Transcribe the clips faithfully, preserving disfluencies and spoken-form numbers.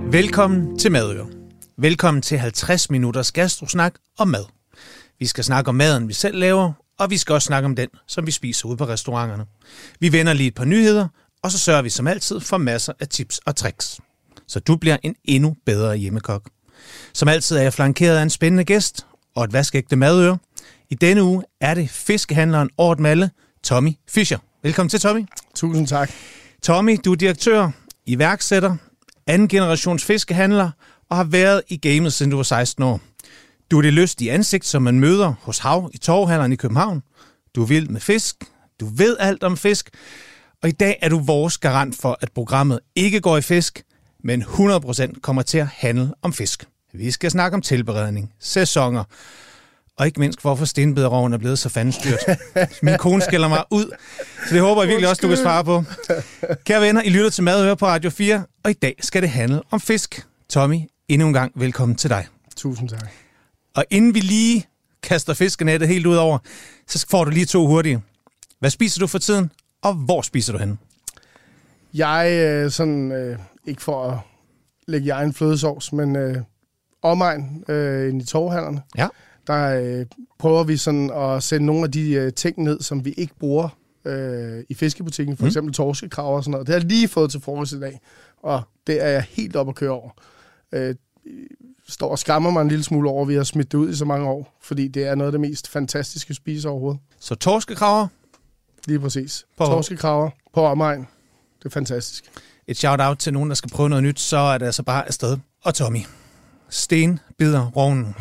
Velkommen til Madøre. Velkommen til halvtreds minutters gastrosnak om mad. Vi skal snakke om maden, vi selv laver, og vi skal også snakke om den, som vi spiser ude på restauranterne. Vi vender lige et par nyheder, og så sørger vi som altid for masser af tips og tricks. Så du bliver en endnu bedre hjemmekok. Som altid er jeg flankeret af en spændende gæst og et vaskeægte madøre. I denne uge er det fiskehandleren Ort Malle, Tommy Fischer. Velkommen til, Tommy. Tusind tak. Tommy, du er direktør, iværksætter, anden generations fiskehandler og har været i gamet siden du var seksten år. Du er det lystige ansigt, som man møder hos Hav i Torvehalleren i København. Du er vild med fisk. Du ved alt om fisk. Og i dag er du vores garant for, at programmet ikke går i fisk, men hundrede procent kommer til at handle om fisk. Vi skal snakke om tilberedning, sæsoner, og ikke mindst, hvorfor stenbiderroven er blevet så fandstyrt. Min kone skælder mig ud, så det håber jeg virkelig også, du kan svare på. Kære venner, I lytter til Madøre på Radio fire, og i dag skal det handle om fisk. Tommy, endnu en gang velkommen til dig. Tusind tak. Og inden vi lige kaster fiskenettet helt ud over, så får du lige to hurtige. Hvad spiser du for tiden, og hvor spiser du henne? Jeg, øh, sådan, øh, ikke for at lægge i egen flødesovs, men øh, omegn øh, inde i Torvehallerne, ja. der øh, prøver vi sådan at sende nogle af de øh, ting ned, som vi ikke bruger øh, i fiskebutikken, for mm. eksempel torskekraver og sådan noget. Det har jeg lige fået til frokost i dag, og det er jeg helt op at køre over. Øh, står og skammer mig en lille smule over, at vi har smidt det ud i så mange år, fordi det er noget af det mest fantastiske spise overhovedet. Så torskekraver? Lige præcis. På torskekraver på omegn. Det er fantastisk. Et shout-out til nogen, der skal prøve noget nyt, så er det altså bare afsted. Og Tommy, stenbiderroven.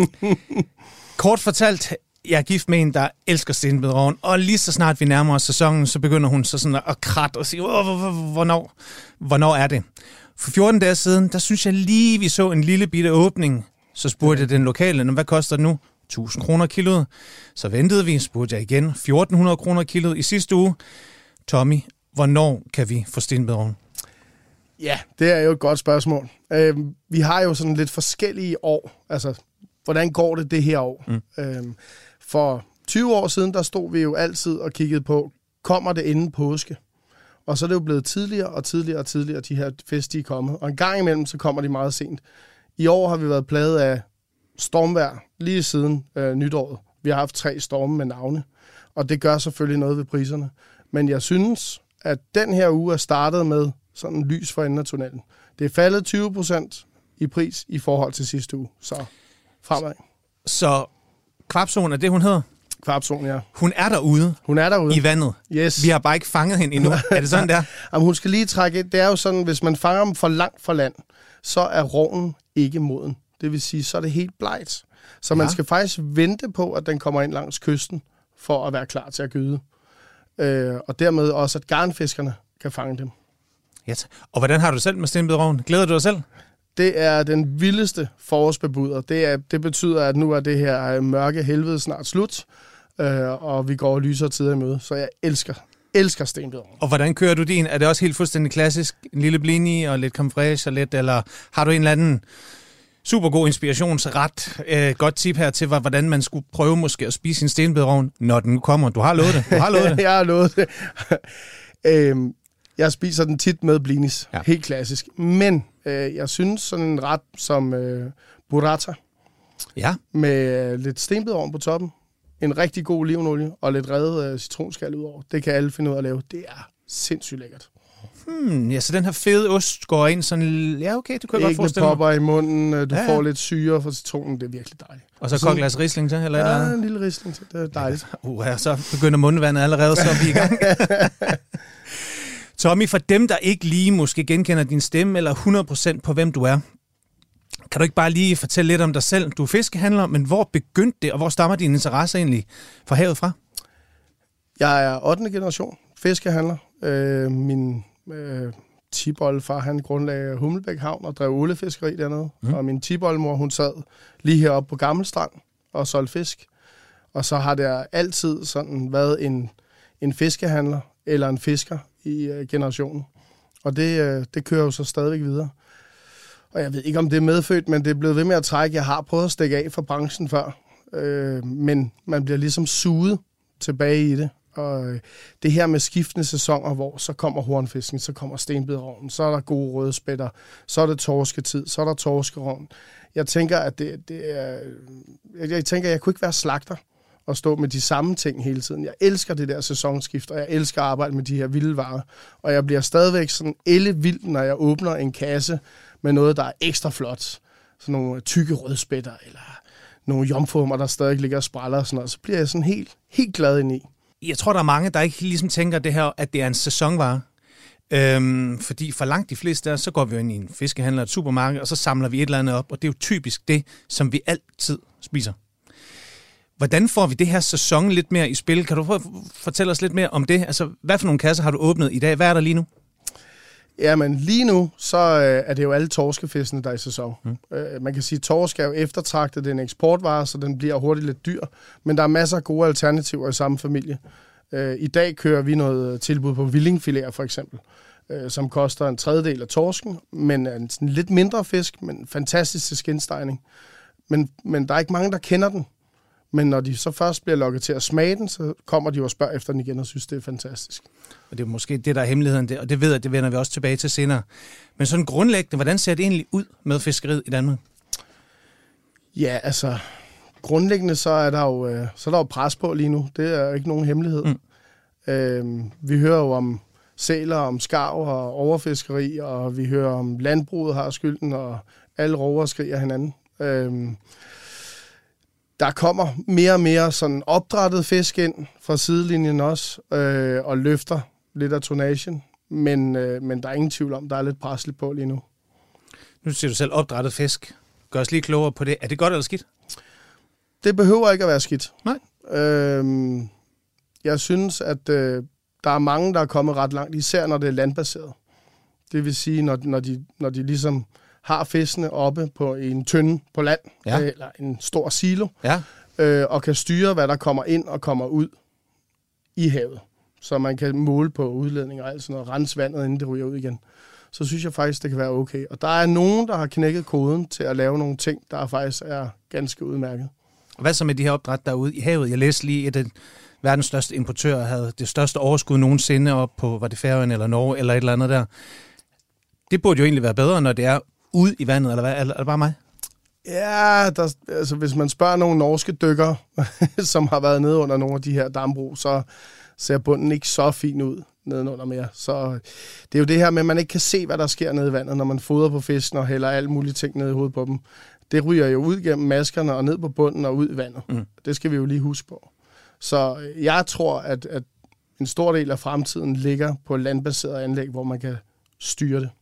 Kort fortalt, jeg er gift med en, der elsker stenbiderroven, og lige så snart vi nærmer os sæsonen, så begynder hun så sådan at kratte og sige, hvornår, hvornår er det? For fjorten dage siden, der synes jeg lige, vi så en lille bitte åbning. Så spurgte jeg den lokale, hvad koster det nu? tusind kroner kiloet. Så ventede vi, spurgte jeg igen, fjorten hundrede kroner kiloet i sidste uge. Tommy, hvornår kan vi få stenbiderroven? Ja, det er jo et godt spørgsmål. Øh, vi har jo sådan lidt forskellige år. Altså, hvordan går det det her år? Mm. Øh, for tyve år siden, der stod vi jo altid og kiggede på, kommer det inden påske? Og så er det jo blevet tidligere og tidligere og tidligere, de her fisk, de er kommet. Og en gang imellem, så kommer de meget sent. I år har vi været plaget af stormvejr lige siden øh, nytåret. Vi har haft tre storme med navne, og det gør selvfølgelig noget ved priserne. Men jeg synes, at den her uge er startet med sådan lys for enden af tunnelen. Det er faldet tyve procent i pris i forhold til sidste uge, så fremad. Så Kvapzoen er det, hun hedder? Kvapzoen, ja. Hun er derude. Hun er derude. I vandet. Yes. Vi har bare ikke fanget hende endnu. Er det sådan der? Jamen, hun skal lige trække. Det er jo sådan, hvis man fanger dem for langt fra land, så er roven ikke moden. Det vil sige, så er det helt blegt. Så man ja. skal faktisk vente på, at den kommer ind langs kysten, for at være klar til at gyde. Øh, og dermed også, at garnfiskerne kan fange dem. Ja. Og hvordan har du selv med stenbiderroven? Glæder du dig selv? Det er den vildeste forårsbebuder. Det, er, det betyder, at nu er det her mørke helvede snart slut, øh, og vi går lysere tider i møde. Så jeg elsker, elsker stenbiderroven. Og hvordan kører du din? Er det også helt fuldstændig klassisk? En lille blini og lidt creme fraiche og lidt, eller har du en eller anden super god inspirationsret, øh, godt tip her til, hvordan man skulle prøve måske at spise sin stenbiderroven, når den nu kommer? Du har lovet det. Du har lovet det. Jeg har lovet det. øhm, jeg spiser den tit med blinis. Ja. Helt klassisk. Men øh, jeg synes sådan en ret som øh, burrata, ja. med øh, lidt stenbiderrovn på toppen, en rigtig god olivenolie og lidt revet øh, citronskal ud over. Det kan alle finde ud af at lave. Det er sindssygt lækkert. Hmm, ja, så den her fede ost går ind sådan... Ja, okay, du kan godt forestille mig. Ikke popper i munden, du ja, ja. får lidt syre fra citronen, det er virkelig dejligt. Og så kogt glas Riesling til, eller? Ja, en lille Riesling til, det er dejligt. Uh, ja, så begynder mundvandet allerede, så er vi i gang. Tommy, for dem, der ikke lige måske genkender din stemme, eller hundrede procent på, hvem du er, kan du ikke bare lige fortælle lidt om dig selv? Du er fiskehandler, men hvor begyndte det, og hvor stammer din interesse egentlig fra havet fra? Jeg er ottende generation fiskehandler. Øh, min øh, tipoldefar, han grundlagde Hummelbæk Havn og drev ålefiskeri dernede. Mm. Og min tipoldemor, hun sad lige heroppe på Gammelstrand og solgte fisk. Og så har der altid sådan været en, en fiskehandler eller en fisker i øh, generationen. Og det, øh, det kører jo så stadigvæk videre. Og jeg ved ikke, om det er medfødt, men det er blevet ved med at trække. Jeg har prøvet at stikke af fra branchen før, øh, men man bliver ligesom suget tilbage i det. Og øh, det her med skiftende sæsoner, hvor så kommer hornfisken, så kommer stenbiderrovnen, så er der gode rødspætter, så er det torsketid, så er der torskerovn. Jeg tænker, at det, det er... Jeg, jeg tænker, at jeg kunne ikke være slagter og stå med de samme ting hele tiden. Jeg elsker det der sæsonskift, og jeg elsker at arbejde med de her vilde varer. Og jeg bliver stadigvæk sådan ellevild, når jeg åbner en kasse med noget, der er ekstra flot. Sådan nogle tykke rødspætter, eller nogle jomfrummer, der stadig ligger og spræller og sådan noget. Så bliver jeg sådan helt, helt glad ind i. Jeg tror, der er mange, der ikke ligesom tænker det her, at det er en sæsonvare. Øhm, fordi for langt de fleste der, så går vi jo ind i en fiskehandler, et supermarked, og så samler vi et eller andet op, og det er jo typisk det, som vi altid spiser. Hvordan får vi det her sæson lidt mere i spil? Kan du prøve at fortælle os lidt mere om det? Altså, hvad for nogle kasser har du åbnet i dag? Hvad er der lige nu? Jamen, lige nu, så øh, er det jo alle torskefiskene, der er i sæson. Mm. Øh, man kan sige, at torsk er jo eftertragtet, det er en eksportvare, så den bliver hurtigt lidt dyr. Men der er masser af gode alternativer i samme familie. Øh, I dag kører vi noget tilbud på villingfiléer, for eksempel, øh, som koster en tredjedel af torsken, men er en sådan lidt mindre fisk, men fantastisk til skindstegning. Men, men der er ikke mange, der kender den. Men når de så først bliver lukket til at smage den, så kommer de jo og spørger efter den igen og synes, det er fantastisk. Og det er måske det, der er hemmeligheden, og det ved jeg, det vender vi også tilbage til senere. Men sådan grundlæggende, hvordan ser det egentlig ud med fiskeriet i Danmark? Ja, altså, grundlæggende så er der jo, så er der jo pres på lige nu. Det er jo ikke nogen hemmelighed. Mm. Øhm, vi hører jo om sæler, om skarv og overfiskeri, og vi hører om landbruget har skylden, og alle rovere skriger hinanden. Øhm, Der kommer mere og mere sådan opdrættet fisk ind fra sidelinjen også, øh, og løfter lidt af tonnagen, men, øh, men der er ingen tvivl om, der er lidt pres på lige nu. Nu siger du selv opdrættet fisk. Gør os lige klogere på det. Er det godt eller skidt? Det behøver ikke at være skidt. Nej. Øhm, jeg synes, at øh, der er mange, der er kommet ret langt, især når det er landbaseret. Det vil sige, når, når, de, når de ligesom har fiskene oppe på en tønde på land, ja. Eller en stor silo, ja. øh, og kan styre, hvad der kommer ind og kommer ud i havet. Så man kan måle på udledning og alt sådan noget, rense vandet, inden det ryger ud igen. Så synes jeg faktisk, det kan være okay. Og der er nogen, der har knækket koden til at lave nogle ting, der faktisk er ganske udmærket. Hvad så med de her opdræt derude i havet? Jeg læste lige, at den verdens største importør havde det største overskud nogensinde op på, var det Færøerne eller Norge eller et eller andet der. Det burde jo egentlig være bedre, når det er ude i vandet, eller hvad? Er det bare mig? Ja, der, altså hvis man spørger nogle norske dykkere, som har været nede under nogle af de her dambrug, så ser bunden ikke så fin ud nedenunder mere. Så det er jo det her med, at man ikke kan se, hvad der sker nede i vandet, når man fodrer på fisken og hælder alle mulige ting ned i hovedet på dem. Det ryger jo ud gennem maskerne og ned på bunden og ud i vandet. Mm. Det skal vi jo lige huske på. Så jeg tror, at, at en stor del af fremtiden ligger på landbaserede anlæg, hvor man kan styre det.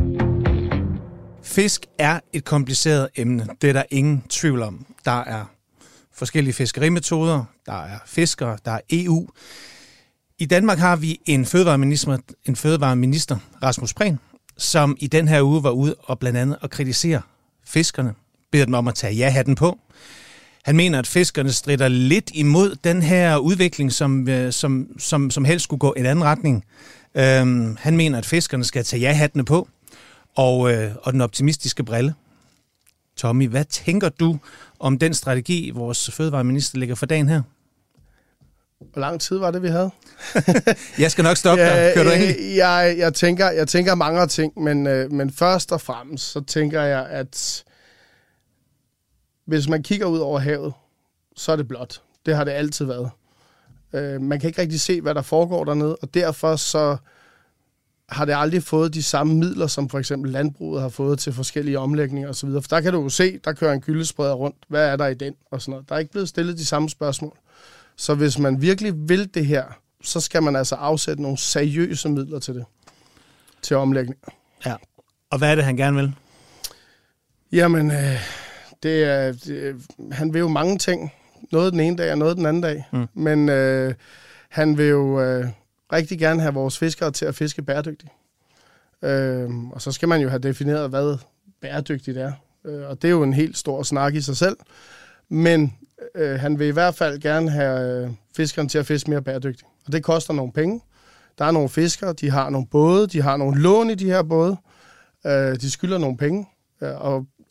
Fisk er et kompliceret emne. Det er der ingen tvivl om. Der er forskellige fiskerimetoder, der er fiskere, der er E U. I Danmark har vi en fødevareminister, en fødevareminister, Rasmus Prehn, som i den her uge var ude og blandt andet at kritisere fiskerne, beder dem om at tage ja-hatten på. Han mener, at fiskerne stritter lidt imod den her udvikling, som, som, som, som helst skulle gå i en anden retning. Øhm, han mener, at fiskerne skal tage ja-hattene på, og, øh, og den optimistiske brille. Tommy, hvad tænker du om den strategi, vores fødevareminister lægger for dagen her? Hvor lang tid var det, vi havde? Jeg skal nok stoppe dig. Kører du ind? Jeg, jeg, tænker, jeg tænker mange ting, men, øh, men først og fremmest, så tænker jeg, at hvis man kigger ud over havet, så er det blåt. Det har det altid været. Øh, man kan ikke rigtig se, hvad der foregår dernede, og derfor så har det aldrig fået de samme midler, som for eksempel landbruget har fået til forskellige omlægninger osv. For der kan du jo se, der kører en gyldespreder rundt. Hvad er der i den? Og sådan noget. Der er ikke blevet stillet de samme spørgsmål. Så hvis man virkelig vil det her, så skal man altså afsætte nogle seriøse midler til det. Til omlægning. Ja. Og hvad er det, han gerne vil? Jamen, øh, det er, det, han vil jo mange ting. Noget den ene dag og noget den anden dag. Mm. Men øh, han vil jo øh, rigtig gerne have vores fiskere til at fiske bæredygtigt. Øh, og så skal man jo have defineret, hvad bæredygtigt er. Øh, og det er jo en helt stor snak i sig selv. Men øh, han vil i hvert fald gerne have øh, fiskerne til at fiske mere bæredygtigt. Og det koster nogle penge. Der er nogle fiskere, de har nogle både, de har nogle lån i de her både. Øh, de skylder nogle penge. Øh, og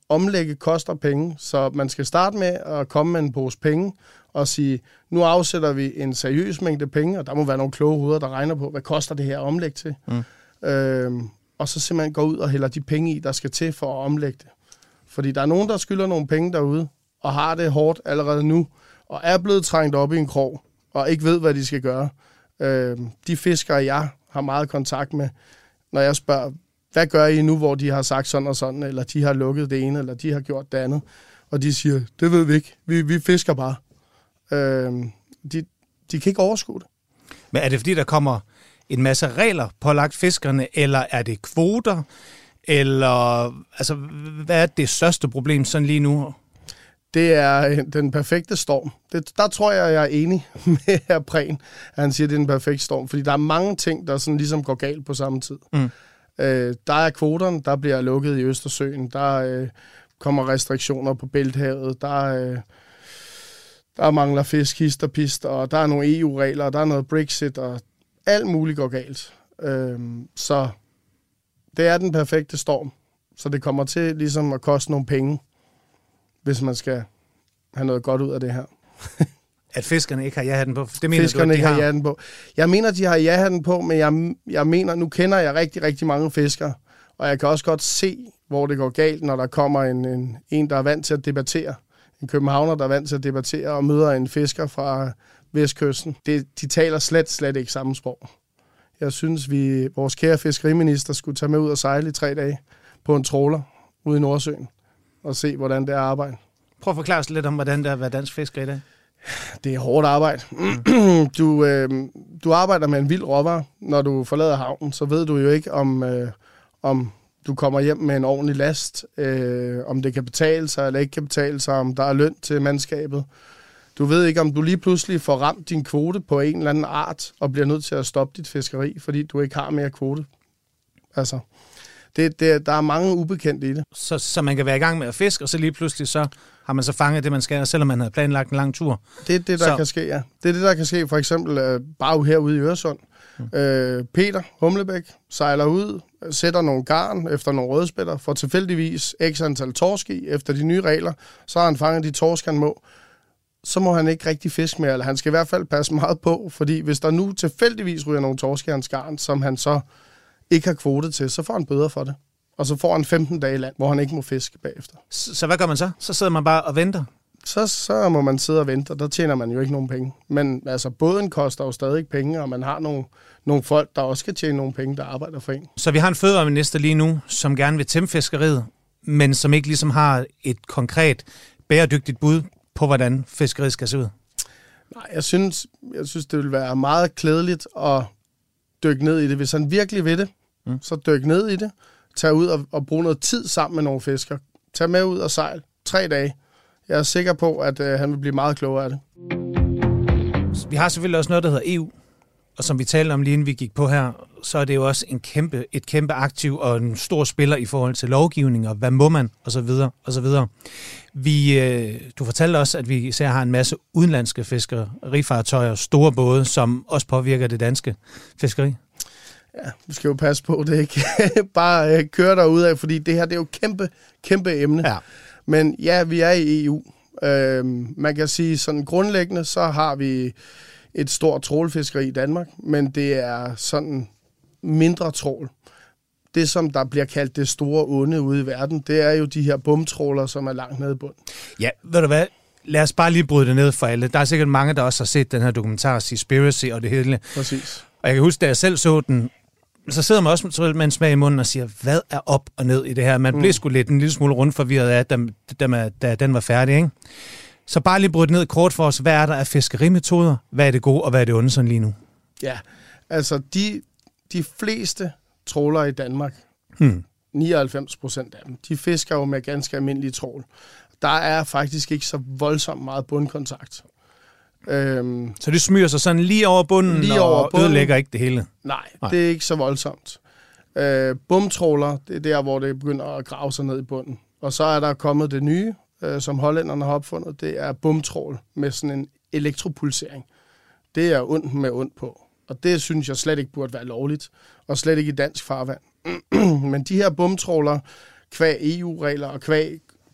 omlægge koster penge, så man skal starte med at komme med en pose penge og sige, nu afsætter vi en seriøs mængde penge, og der må være nogle kloge hoveder, der regner på, hvad koster det her at omlægge til. Mm. Øhm, og så simpelthen gå ud og hælder de penge i, der skal til for at omlægge det. Fordi der er nogen, der skylder nogle penge derude, og har det hårdt allerede nu, og er blevet trængt op i en krog, og ikke ved, hvad de skal gøre. Øhm, de fiskere, jeg har meget kontakt med, når jeg spørger, hvad gør I nu, hvor de har sagt sådan og sådan, eller de har lukket det ene, eller de har gjort det andet, og de siger, det ved vi ikke, vi, vi fisker bare. Øhm, de, de kan ikke overskue det. Men er det fordi, der kommer en masse regler pålagt fiskerne, eller er det kvoter, eller altså, hvad er det største problem sådan lige nu? Det er den perfekte storm. Det, der tror jeg, jeg er enig med hr. Prehn, at han siger, at det er den perfekte storm, fordi der er mange ting, der sådan ligesom går galt på samme tid. Mm. Øh, der er kvoterne, der bliver lukket i Østersøen, der øh, kommer restriktioner på Bælthavet, der, øh, der mangler fisk, hist og pist, og der er nogle E U-regler, og der er noget Brexit, og alt muligt går galt. Øh, så det er den perfekte storm, så det kommer til ligesom at koste nogle penge, hvis man skal have noget godt ud af det her. At fiskerne ikke har ja-hatten på? Det mener fiskerne du, ikke de har har ja-hatten på. Jeg mener, de har ja-hatten på, men jeg, jeg mener, nu kender jeg rigtig, rigtig mange fiskere, og jeg kan også godt se, hvor det går galt, når der kommer en, en, en der er vant til at debattere. En københavner, der er vant til at debattere, og møder en fisker fra Vestkysten. Det, de taler slet, slet ikke samme sprog. Jeg synes, vi vores kære fiskeriminister skulle tage med ud og sejle i tre dage på en trawler ude i Nordsøen og se, hvordan det er arbejde. Prøv at forklare os lidt om, hvordan det er at være dansk fisker i dag. Det er hårdt arbejde. Mm. Du, øh, du arbejder med en vild råvare. Når du forlader havnen, så ved du jo ikke, om, øh, om du kommer hjem med en ordentlig last, øh, om det kan betale sig eller ikke kan betale sig, om der er løn til mandskabet. Du ved ikke, om du lige pludselig får ramt din kvote på en eller anden art, og bliver nødt til at stoppe dit fiskeri, fordi du ikke har mere kvote. Altså, det, det, der er mange ubekendte i det. Så, så man kan være i gang med at fiske, og så lige pludselig så har man så fanget det, man skal, selvom man havde planlagt en lang tur. Det er det, der så. kan ske, ja. Det er det, der kan ske, for eksempel øh, bare herude i Øresund. Mm. Øh, Peter Humlebæk sejler ud, sætter nogle garn efter nogle rødspætter, får tilfældigvis x antal torsk i efter de nye regler, så har han fanget de torsk, han må. Så må han ikke rigtig fiske mere, eller han skal i hvert fald passe meget på, fordi hvis der nu tilfældigvis ryger nogle torsk i hans garn, som han så ikke har kvote til, så får han bøder for det. Og så får han femten dage i land, hvor han ikke må fiske bagefter. Så, så hvad gør man så? Så sidder man bare og venter? Så, så må man sidde og vente, og der tjener man jo ikke nogen penge. Men altså, båden koster jo stadig penge, og man har nogle, nogle folk, der også skal tjene nogle penge, der arbejder for en. Så vi har en fødevareminister lige nu, som gerne vil tæmme fiskeriet, men som ikke ligesom har et konkret, bæredygtigt bud på, hvordan fiskeriet skal se ud? Nej, jeg synes, jeg synes det vil være meget klædeligt at dykke ned i det. Hvis han virkelig vil det, mm. så dyk ned i det. Tag ud og, og bruge noget tid sammen med nogle fiskere. Tag med ud og sejl. Tre dage. Jeg er sikker på, at øh, han vil blive meget klogere af det. Vi har selvfølgelig også noget, der hedder E U. Og som vi talte om lige inden vi gik på her, så er det jo også en kæmpe, et kæmpe aktiv og en stor spiller i forhold til lovgivning, og hvad må man, og så videre, og så videre. Vi, øh, du fortalte også, at vi især har en masse udenlandske fiskerifartøjer, store både, som også påvirker det danske fiskeri. Ja, du skal jo passe på, det ikke bare øh, køre derudad, fordi det her, det er jo et kæmpe, kæmpe emne. Ja. Men ja, vi er i E U. Øh, man kan sige, sådan grundlæggende, så har vi et stort trawlfiskeri i Danmark, men det er sådan mindre trawl. Det, som der bliver kaldt det store onde ude i verden, det er jo de her bumtrawler, som er langt nede i bunden. Ja, ved du hvad? Lad os bare lige bryde det ned for alle. Der er sikkert mange, der også har set den her dokumentar, Seaspiracy og det hele. Præcis. Og jeg kan huske, da jeg selv så den, så sidder man også med en smag i munden og siger, hvad er op og ned i det her? Man mm. blev sgu lidt en lille smule rundt forvirret af, da, da, da den var færdig, ikke? Så bare lige bryde ned kort for os. Hvad er der af fiskerimetoder? Hvad er det gode, og hvad er det onde sådan lige nu? Ja, altså de, de fleste trawlere i Danmark, hmm. nioghalvfems procent af dem, de fisker jo med ganske almindelige trawl. Der er faktisk ikke så voldsomt meget bundkontakt. Øhm, så det smyger sig sådan lige over bunden lige over og bunden. Ødelægger ikke det hele? Nej, Nej, det er ikke så voldsomt. Øh, bumtrawler, det er der, hvor det begynder at grave sig ned i bunden. Og så er der kommet det nye, øh, som hollænderne har opfundet, det er bumtrawl med sådan en elektropulsering. Det er ondt med ondt på. Og det synes jeg slet ikke burde være lovligt, og slet ikke i dansk farvand. Men de her bumtrawler, kvæg E U-regler og kvæg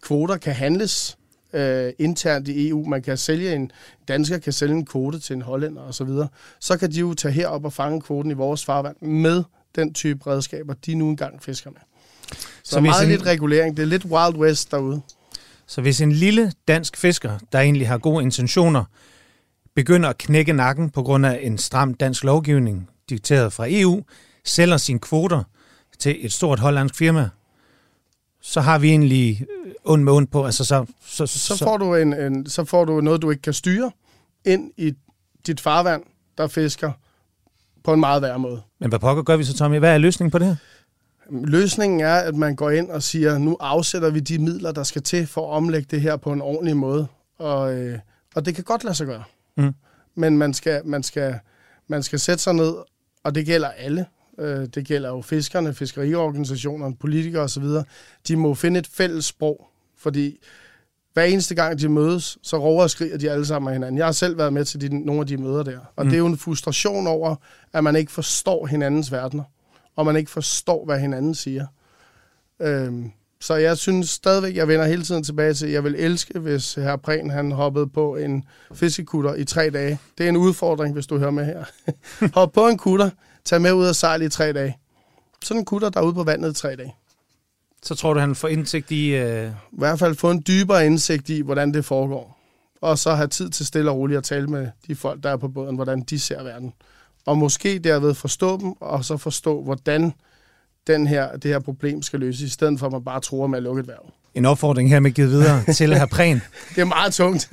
kvoter kan handles øh, internt i E U. Man kan sælge en dansker kan sælge en kvote til en hollænder og så videre. Så kan de jo tage herop og fange kvoten i vores farvand med den type redskaber, de nu engang fisker med. Så, så meget en... lidt regulering. Det er lidt Wild West derude. Så hvis en lille dansk fisker, der egentlig har gode intentioner, begynder at knække nakken på grund af en stram dansk lovgivning, dikteret fra E U, sælger sine kvoter til et stort hollandsk firma, så har vi egentlig ond med ond på. Altså så, så, så, så, får du en, en, så får du noget, du ikke kan styre, ind i dit farvand, der fisker på en meget værre måde. Men hvad pokker gør vi så, Tommy? Hvad er løsningen på det her? Løsningen er, at man går ind og siger, nu afsætter vi de midler, der skal til for at omlægge det her på en ordentlig måde. Og, øh, og det kan godt lade sig gøre. Mm. Men man skal, man, skal, man skal sætte sig ned, og det gælder alle. Øh, det gælder jo fiskerne, fiskeriorganisationerne, politikere osv. De må finde et fælles sprog, fordi hver eneste gang de mødes, så råber og skriger de alle sammen af hinanden. Jeg har selv været med til de, nogle af de møder der. Og mm. det er jo en frustration over, at man ikke forstår hinandens verdener, og man ikke forstår, hvad hinanden siger. Øhm, så jeg synes stadigvæk, jeg vender hele tiden tilbage til, jeg vil elske, hvis hr. Prehn han hoppede på en fiskekutter i tre dage. Det er en udfordring, hvis du hører med her. Hop på en kutter, tag med ud og sejle i tre dage. Sådan en kutter, der er ude på vandet i tre dage. Så tror du, han får indsigt i... Øh... I hvert fald få en dybere indsigt i, hvordan det foregår. Og så have tid til stille og roligt at tale med de folk, der er på båden, hvordan de ser verden. Og måske derved forstå dem, og så forstå, hvordan den her, det her problem skal løses, i stedet for at man bare tror med at lukke et værv. En opfordring her med givet videre til hr. Prehn. Det er meget tungt.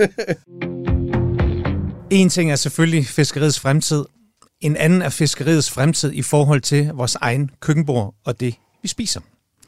En ting er selvfølgelig fiskeriets fremtid. En anden er fiskeriets fremtid i forhold til vores egen køkkenbord og det, vi spiser.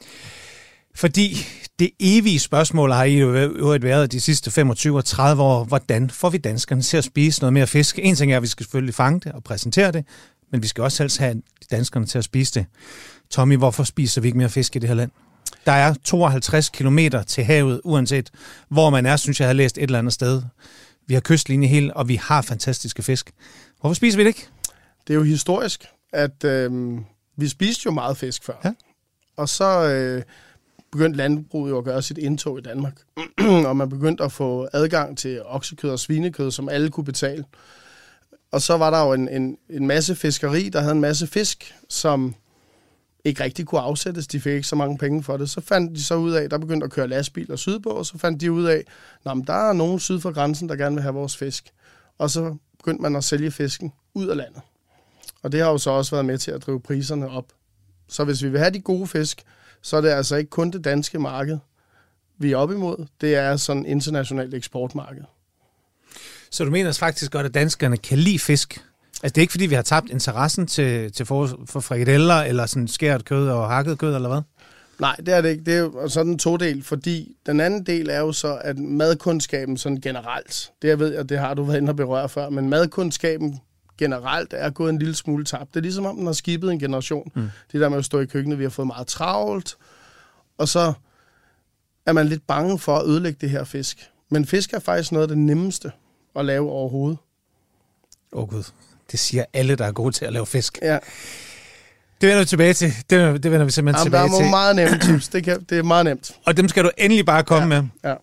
Fordi det evige spørgsmål har i øvrigt været de sidste femogtyve og tredive år, hvordan får vi danskerne til at spise noget mere fisk? En ting er, at vi skal selvfølgelig fange det og præsentere det, men vi skal også helst have danskerne til at spise det. Tommy, hvorfor spiser vi ikke mere fisk i det her land? Der er tooghalvtreds kilometer til havet, uanset hvor man er, synes jeg, jeg har læst et eller andet sted. Vi har kystlinje hele, og vi har fantastiske fisk. Hvorfor spiser vi det ikke? Det er jo historisk, at øh, vi spiste jo meget fisk før. Ja. Og så... Øh, begyndte landbruget jo at gøre sit indtog i Danmark. Og man begyndte at få adgang til oksekød og svinekød, som alle kunne betale. Og så var der jo en, en, en masse fiskeri, der havde en masse fisk, som ikke rigtig kunne afsættes. De fik ikke så mange penge for det. Så fandt de så ud af, der begyndte at køre lastbiler sydpå, og så fandt de ud af, at der er nogen syd for grænsen, der gerne vil have vores fisk. Og så begyndte man at sælge fisken ud af landet. Og det har jo så også været med til at drive priserne op. Så hvis vi vil have de gode fisk, så er det altså ikke kun det danske marked, vi er op imod. Det er sådan et internationalt eksportmarked. Så du mener faktisk godt, at danskerne kan lide fisk? Altså det er ikke, fordi vi har tabt interessen til, til for, for frikadeller, eller sådan skæret kød og hakket kød, eller hvad? Nej, det er det ikke. Det er jo sådan en todel, fordi den anden del er jo så, at madkundskaben sådan generelt, det jeg ved, at det har du været inde og berøre før, men madkundskaben generelt er gået en lille smule tabt. Det er ligesom om, den har skibet en generation. Mm. Det der med at stå i køkkenet, vi har fået meget travlt, og så er man lidt bange for at ødelægge det her fisk. Men fisk er faktisk noget af det nemmeste at lave overhovedet. Åh oh, gud, det siger alle, der er gode til at lave fisk. Ja. Det vender vi tilbage til. Det, det vender vi simpelthen Jamen, tilbage til. Der er meget nemme tips. Det, kan, det er meget nemt. Og dem skal du endelig bare komme ja. med. Ja.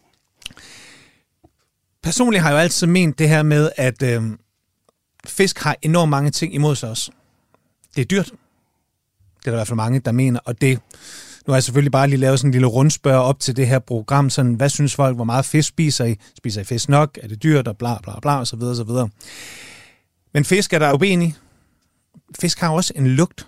Personligt har jeg jo altid ment det her med, at øh, fisk har enormt mange ting imod sig også. Det er dyrt. Det er der i hvert fald mange, der mener. Og det, nu har jeg selvfølgelig bare lige lavet sådan en lille rundspørg op til det her program. Sådan, hvad synes folk, hvor meget fisk spiser I? Spiser I fisk nok? Er det dyrt? Og bla bla bla, og så videre, og så videre. Men fisk er der jo ben i. Fisk har også en lugt.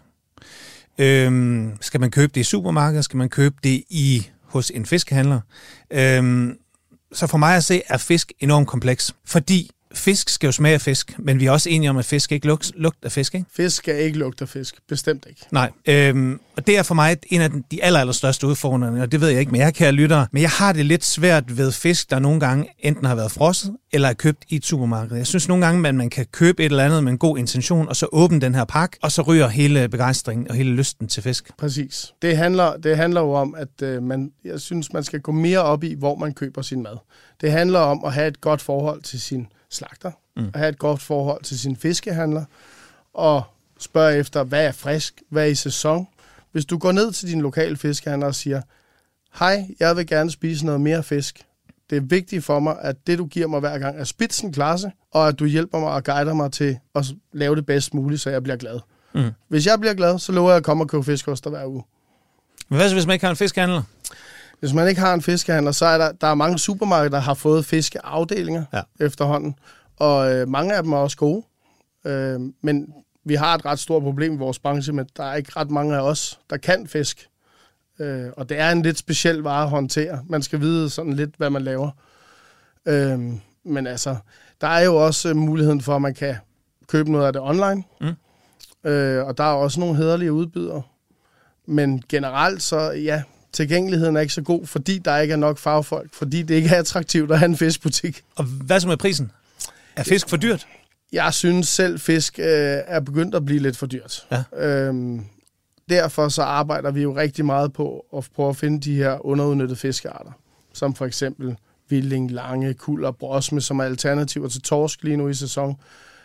Øhm, skal man købe det i supermarkedet? Skal man købe det i hos en fiskehandler? Øhm, så for mig at se, er fisk enormt kompleks. Fordi fisk skal jo smage af fisk, men vi er også enige om, at fisk ikke lugter lugt af fisk, ikke? Fisk skal ikke lugte af fisk. Bestemt ikke. Nej. Øhm, og det er for mig en af de aller, aller største udfordringer, og det ved jeg ikke, men jeg kan lytte. Men jeg har det lidt svært ved fisk, der nogle gange enten har været frosset, eller er købt i et supermarked. Jeg synes nogle gange, at man kan købe et eller andet med en god intention, og så åbne den her pakke, og så ryger hele begejstringen og hele lysten til fisk. Præcis. Det handler, det handler jo om, at øh, man, jeg synes, man skal gå mere op i, hvor man køber sin mad. Det handler om at have et godt forhold til sin slagter, mm. at have et godt forhold til sin fiskehandler, og spørge efter, hvad er frisk, hvad er i sæson. Hvis du går ned til din lokale fiskehandler og siger, hej, jeg vil gerne spise noget mere fisk. Det er vigtigt for mig, at det, du giver mig hver gang, er spidsenklasse, og at du hjælper mig og guider mig til at lave det bedst muligt, så jeg bliver glad. Mm. Hvis jeg bliver glad, så lover jeg at komme og købe fiskoster hver uge. Men hvad så, hvis man ikke har en fiskehandler? Hvis man ikke har en fiskehandler, så er der, der er mange supermarkeder, der har fået fiskeafdelinger ja. efterhånden, og øh, mange af dem er også gode. Øh, men vi har et ret stort problem i vores branche, men der er ikke ret mange af os, der kan fisk. Øh, og det er en lidt speciel vare at håndtere. Man skal vide sådan lidt, hvad man laver. Øh, men altså, der er jo også muligheden for, at man kan købe noget af det online. Mm. Øh, og der er også nogle hæderlige udbydere. Men generelt så, ja, tilgængeligheden er ikke så god, fordi der ikke er nok fagfolk, fordi det ikke er attraktivt at have en fiskbutik. Og hvad så med prisen? Er fisk for dyrt? Jeg synes selv, fisk øh, er begyndt at blive lidt for dyrt. Ja. Øhm, derfor så arbejder vi jo rigtig meget på at prøve at finde de her underudnyttede fiskearter, som for eksempel hvidling, lange, kuld og brosme, som er alternativer til torsk lige nu i sæson.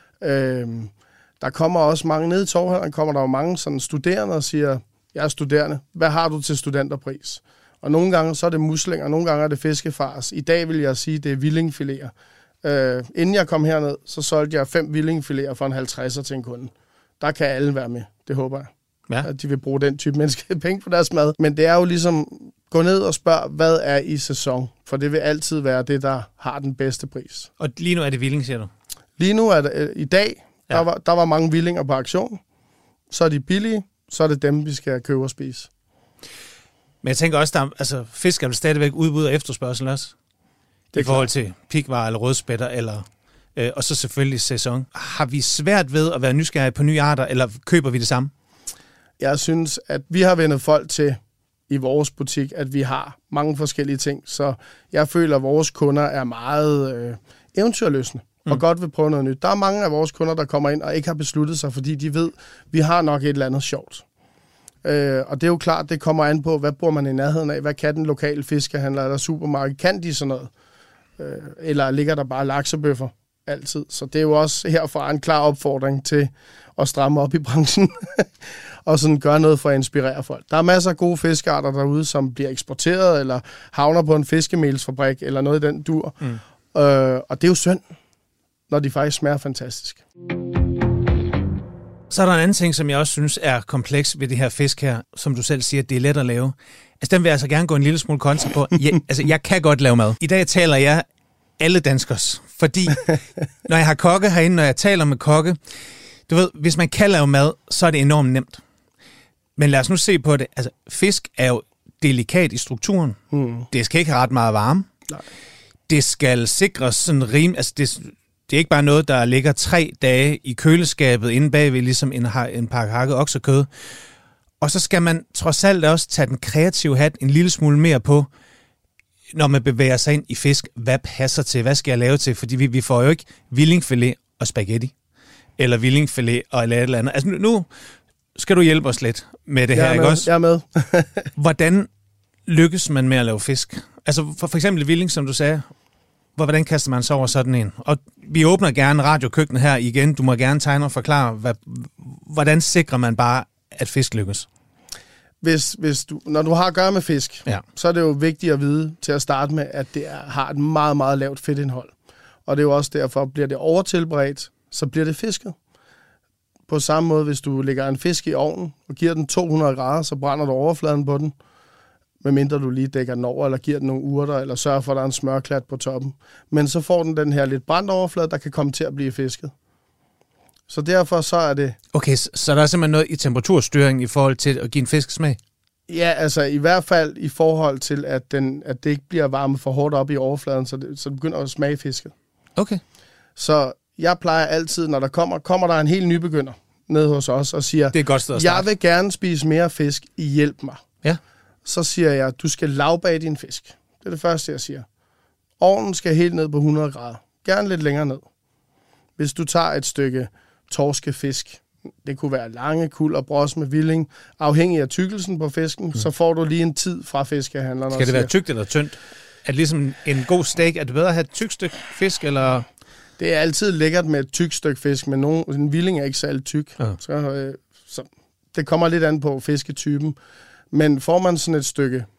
Øhm, der kommer også mange nede i torvhandleren, kommer der jo mange sådan studerende og siger, jeg er studerende, hvad har du til studenterpris? Og nogle gange så er det muslinger, nogle gange er det fiskefars. I dag vil jeg sige, det er hvillingfiléer. Øh, inden jeg kom herned, så solgte jeg fem hvillingfiléer for en halvtredser til en kunde. Der kan alle være med, det håber jeg. Ja. At de vil bruge den type menneske penge på deres mad. Men det er jo ligesom, gå ned og spørg, hvad er i sæson? For det vil altid være det, der har den bedste pris. Og lige nu er det hvilling, siger du? Lige nu er det, øh, i dag, ja. der, var, der var mange hvillinger på aktion. Så er de billige, så er det dem, vi skal købe og spise. Men jeg tænker også, der altså, fisk er vel stadigvæk udbud og efterspørgsel også? I forhold til pikvarer eller rødspætter, eller, øh, og så selvfølgelig sæson. Har vi svært ved at være nysgerrige på nye arter, eller køber vi det samme? Jeg synes, at vi har vendt folk til i vores butik, at vi har mange forskellige ting, så jeg føler, at vores kunder er meget øh, eventyrløsende og mm. godt vil prøve noget nyt. Der er mange af vores kunder, der kommer ind og ikke har besluttet sig, fordi de ved, at vi har nok et eller andet sjovt. Øh, og det er jo klart, det kommer an på, hvad bor man i nærheden af? Hvad kan den lokale fiskehandler eller supermarked? Kan de sådan noget? Øh, eller ligger der bare laksebøffer altid? Så det er jo også herfra en klar opfordring til at stramme op i branchen og sådan gøre noget for at inspirere folk. Der er masser af gode fiskearter derude, som bliver eksporteret eller havner på en fiskemelsfabrik eller noget i den dur. Mm. Øh, og det er jo synd, når de faktisk smager fantastisk. Så er der en anden ting, som jeg også synes er kompleks ved det her fisk her, som du selv siger, det er let at lave. Altså, den vil jeg altså gerne gå en lille smule kontra på. Jeg, altså, jeg kan godt lave mad. I dag taler jeg alle danskers, fordi når jeg har kokke herinde, når jeg taler med kokke, du ved, hvis man kan lave mad, så er det enormt nemt. Men lad os nu se på det. Altså, fisk er jo delikat i strukturen. Mm. Det skal ikke have ret meget varme. Nej. Det skal sikres sådan rim... Altså, det, det er ikke bare noget, der ligger tre dage i køleskabet inde bagved, ligesom en, en pakke hakket oksekød. Og så skal man trods alt også tage den kreative hat en lille smule mere på, når man bevæger sig ind i fisk. Hvad passer til? Hvad skal jeg lave til? Fordi vi, vi får jo ikke hvillingfilet og spaghetti. Eller hvillingfilet og et eller andet. Altså nu skal du hjælpe os lidt med det her, med, ikke også? Jeg er med. Hvordan lykkes man med at lave fisk? Altså for, for eksempel hvilling, som du sagde. Hvordan kaster man så over sådan en? Og vi åbner gerne radiokøkkenet her igen. Du må gerne tegne og forklare, hvad, hvordan sikrer man bare, at fisk lykkes? Hvis, hvis du, når du har at gøre med fisk, ja. så er det jo vigtigt at vide til at starte med, at det er, har et meget, meget lavt fedtindhold. Og det er jo også derfor, bliver det overtilberedt, så bliver det fisket. På samme måde, hvis du lægger en fisk i ovnen og giver den to hundrede grader, så brænder du overfladen på den. Medmindre du lige dækker den over, eller giver den nogle urter, eller sørger for, at der er en smørklat på toppen. Men så får den den her lidt brændt overflade, der kan komme til at blive fisket. Så derfor så er det... Okay, så der er simpelthen noget i temperaturstyring i forhold til at give en fisk smag? Ja, altså i hvert fald i forhold til, at, den, at det ikke bliver varmet for hårdt op i overfladen, så det, så det begynder at smage fisket. Okay. Så jeg plejer altid, når der kommer, kommer der en helt nybegynder ned hos os og siger, det er et godt sted at starte. Jeg vil gerne spise mere fisk, I hjælp mig. Ja. Så siger jeg, du skal lavbage din fisk. Det er det første, jeg siger. Ovnen skal helt ned på hundrede grader. Gerne lidt længere ned. Hvis du tager et stykke torskefisk, det kunne være lange, kuld og brosme, hvilling, afhængig af tykkelsen på fisken, mm. så får du lige en tid fra fiskehandleren. Skal det være tykt eller tyndt? Er det ligesom en god steak? Er det bedre at have et tykt stykke fisk, eller... Det er altid lækkert med et tykt stykke fisk, men nogen, en hvilling er ikke særlig tyk. Ja. Så, øh, så det kommer lidt an på fisketypen. Men får man sådan et stykke,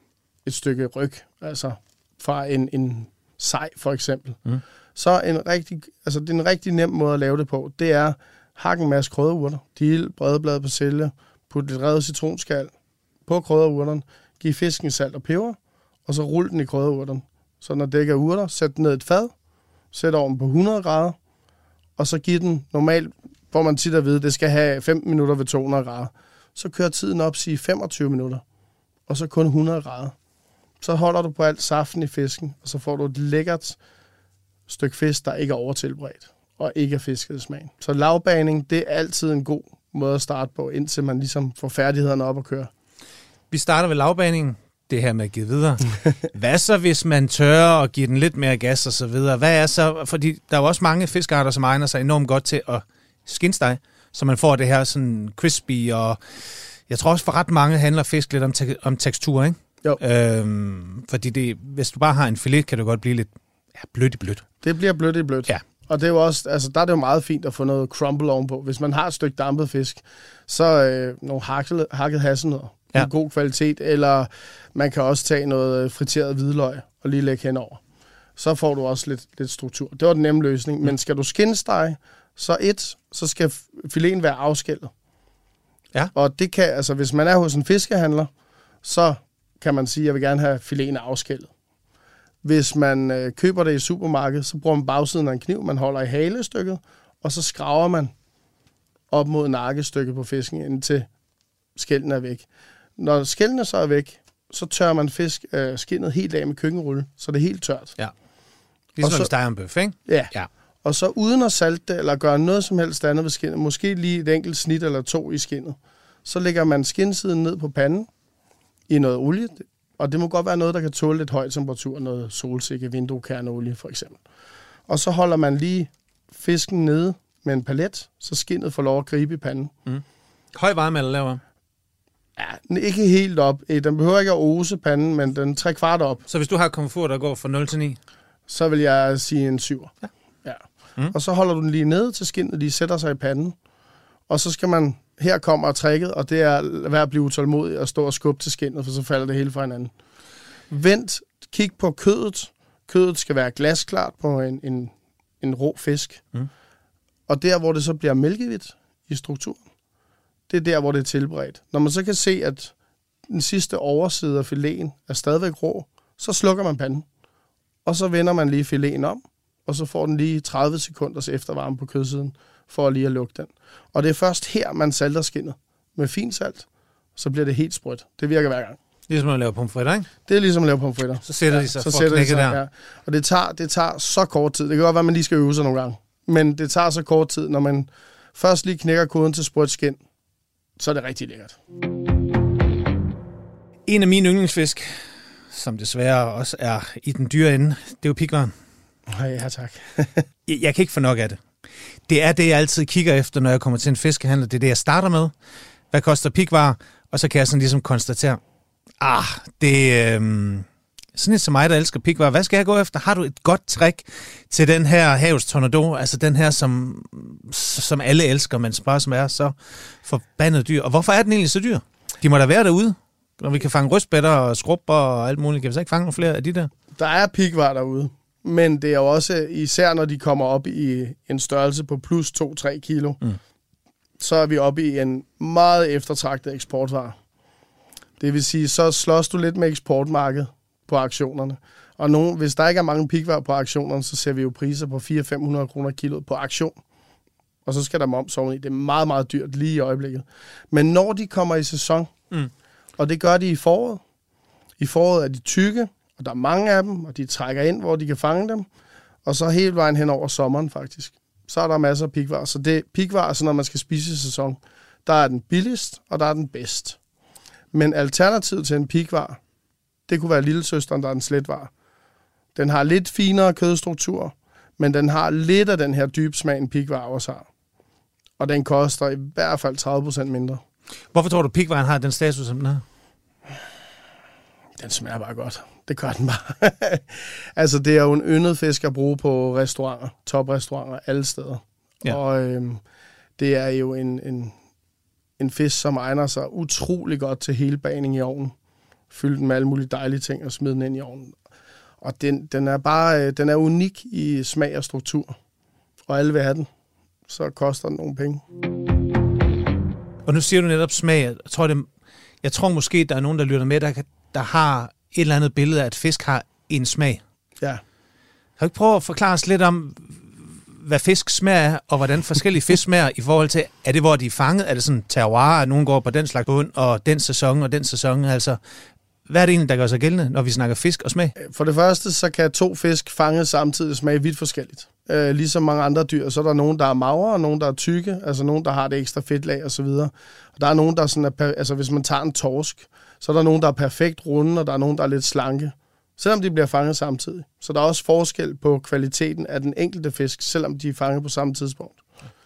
et stykke ryg, altså fra en, en sej for eksempel. Mm. Så en rigtig, altså det er en rigtig nem måde at lave det på. Det er hakke en masse krydderurter, dill, bredblad, persille, putte lidt revet citronskal på krydderurterne, give fisken salt og peber, og så rulle den i krydderurterne. Så når det ikke er urter, sæt den ned i et fad, sæt ovnen på hundrede grader, og så giv den normalt, hvor man tit at vide, det skal have femten minutter ved to hundrede grader. Så kører tiden op, sige femogtyve minutter, og så kun hundrede grader. Så holder du på alt saften i fisken, og så får du et lækkert stykke fisk, der ikke er overtilberedt, og ikke er fisket smag. Så lavbagning, det er altid en god måde at starte på, indtil man ligesom får færdighederne op at køre. Vi starter ved lavbaningen. Det her med at give videre. Hvad så, hvis man tør og give den lidt mere gas og så videre? Hvad er så, fordi der er jo også mange fiskearter, som egner sig enormt godt til at skinstege, så man får det her sådan crispy, og jeg tror også for ret mange handler fisk lidt om, te- om tekstur, ikke? Jo. Øhm, fordi det, hvis du bare har en filet, kan det godt blive lidt ja, blødt i blødt. Det bliver blødt i blødt. Ja. Og det er jo også, altså der er det jo meget fint at få noget crumble ovenpå. Hvis man har et stykke dampet fisk, så øh, nogle hakket, hakket hasselnødder, ja. En god kvalitet, eller man kan også tage noget friteret hvidløg og lige lægge henover. Så får du også lidt, lidt struktur. Det var den nemme løsning. Men skal du skinstege, så et, så skal fileten være afskællet. Ja. Og det kan, altså hvis man er hos en fiskehandler, så kan man sige, at jeg vil gerne have fileten afskællet. Hvis man øh, køber det i supermarkedet, så bruger man bagsiden af en kniv, man holder i halestykket, og så skraver man op mod nakkestykket på fisken, indtil skælden er væk. Når skældene så er væk, så tørrer man fisk øh, skindet helt af med køkkenrulle, så det er helt tørt. Ja. Ligesom når vi steger en bøf, ikke? Ja. ja. Og så uden at salte det, eller gøre noget som helst andet ved skindet, måske lige et enkelt snit eller to i skindet, så lægger man skindsiden ned på panden i noget olie, og det må godt være noget, der kan tåle lidt høj temperatur, noget solsikke, vinduekerneolie for eksempel. Og så holder man lige fisken nede med en palet, så skindet får lov at gribe i panden. Mm. Høj varme eller lavere? Ja, ikke helt op. Den behøver ikke at ose panden, men den tre kvart op. Så hvis du har komfur, der går fra nul til ni? Så vil jeg sige en syv. Ja. Ja. Mm. Og så holder du den lige nede til skindet, lige sætter sig i panden. Og så skal man, her kommer tricket, og det er at blive utålmodig og stå og skubbe til skindet, for så falder det hele fra hinanden. Vent, kig på kødet. Kødet skal være glasklart på en, en, en rå fisk. Mm. Og der, hvor det så bliver mælkehvidt i strukturen, det er der, hvor det er tilberedt. Når man så kan se, at den sidste overside af fileten er stadigvæk rå, så slukker man panden. Og så vender man lige fileten om, og så får den lige tredive sekunders eftervarme på kødsiden, for lige at lukke den. Og det er først her, man salter skindet med fint salt, så bliver det helt sprødt. Det virker hver gang. Ligesom at lave pomfritter, ikke? Det er ligesom at lave pomfritter. Så sætter de sig ja, for at knække der. Ja. Og det tager, det tager så kort tid. Det kan godt være, at man lige skal øve sig nogle gange. Men det tager så kort tid, når man først lige knækker koden til sprødt skind, så er det rigtig lækkert. En af mine yndlingsfisk, som desværre også er i den dyre ende, det er jo pighvaren. Ja, tak. jeg, jeg kan ikke få nok af det. Det er det, jeg altid kigger efter, når jeg kommer til en fiskehandler. Det er det, jeg starter med. Hvad koster pighvar? Og så kan jeg sådan ligesom konstatere, ah, det er øhm, sådan et som mig, der elsker pighvar. Hvad skal jeg gå efter? Har du et godt trick til den her havs tornado? Altså den her, som, som alle elsker, men bare som er så forbandet dyr. Og hvorfor er den egentlig så dyr? De må da være derude, når vi kan fange røstbætter og skrubber og alt muligt. Kan vi så ikke fange nogle flere af de der? Der er pighvar derude. Men det er jo også, især når de kommer op i en størrelse på plus to til tre kilo, mm. så er vi oppe i en meget eftertragtet eksportvare. Det vil sige, så slås du lidt med eksportmarkedet på auktionerne. Og nogen, hvis der ikke er mange pighvar på auktionerne, så ser vi jo priser på fire til fem hundrede kroner kilo på auktion. Og så skal der moms oveni. Det er meget, meget dyrt lige i øjeblikket. Men når de kommer i sæson, mm. og det gør de i foråret, i foråret er de tykke, og der er mange af dem, og de trækker ind, hvor de kan fange dem. Og så hele vejen hen over sommeren, faktisk. Så er der masser af pighvar. Så det pighvar, så når man skal spise i sæson, der er den billigst, og der er den bedst. Men alternativet til en pighvar, det kunne være lillesøsteren, der er en sletvar. Den har lidt finere kødstruktur, men den har lidt af den her dybe smag, en pighvar også har. Og den koster i hvert fald tredive procent mindre. Hvorfor tror du, pighvaren har den status, som den har? Den smager bare godt. Det gør den bare. Altså, det er jo en yndet fisk at bruge på restauranter, toprestauranter, alle steder. Ja. Og øhm, det er jo en, en, en fisk, som egner sig utrolig godt til helbagning i ovnen. fylde den med alle mulige dejlige ting og smide den ind i ovnen. Og den, den er bare den er unik i smag og struktur. Og alle vil have den. Så koster den nogle penge. Og nu siger du netop smag. Jeg tror, det, jeg tror måske, der er nogen, der lytter med, der, der har et eller andet billede af, at fisk har en smag. Ja. Kan du ikke prøve at forklare os lidt om, hvad fisk smager, og hvordan forskellige fisk smager i forhold til, er det, hvor de er fanget? Er det sådan terroir, at nogen går på den slags bund, og den sæson og den sæson? Altså, hvad er det egentlig, der gør sig gældende, når vi snakker fisk og smag? For det første, så kan to fisk fanget samtidig smage vidt forskelligt. Øh, ligesom mange andre dyr, så er der nogen, der er magre, og nogen, der er tykke, altså nogen, der har det ekstra fedtlag og så videre. Og der er nogen, der sådan er, altså hvis man tager en torsk, så er der nogen, der er perfekt runde, og der er nogen, der er lidt slanke. Selvom de bliver fanget samtidig. Så der er også forskel på kvaliteten af den enkelte fisk, selvom de er fanget på samme tidspunkt.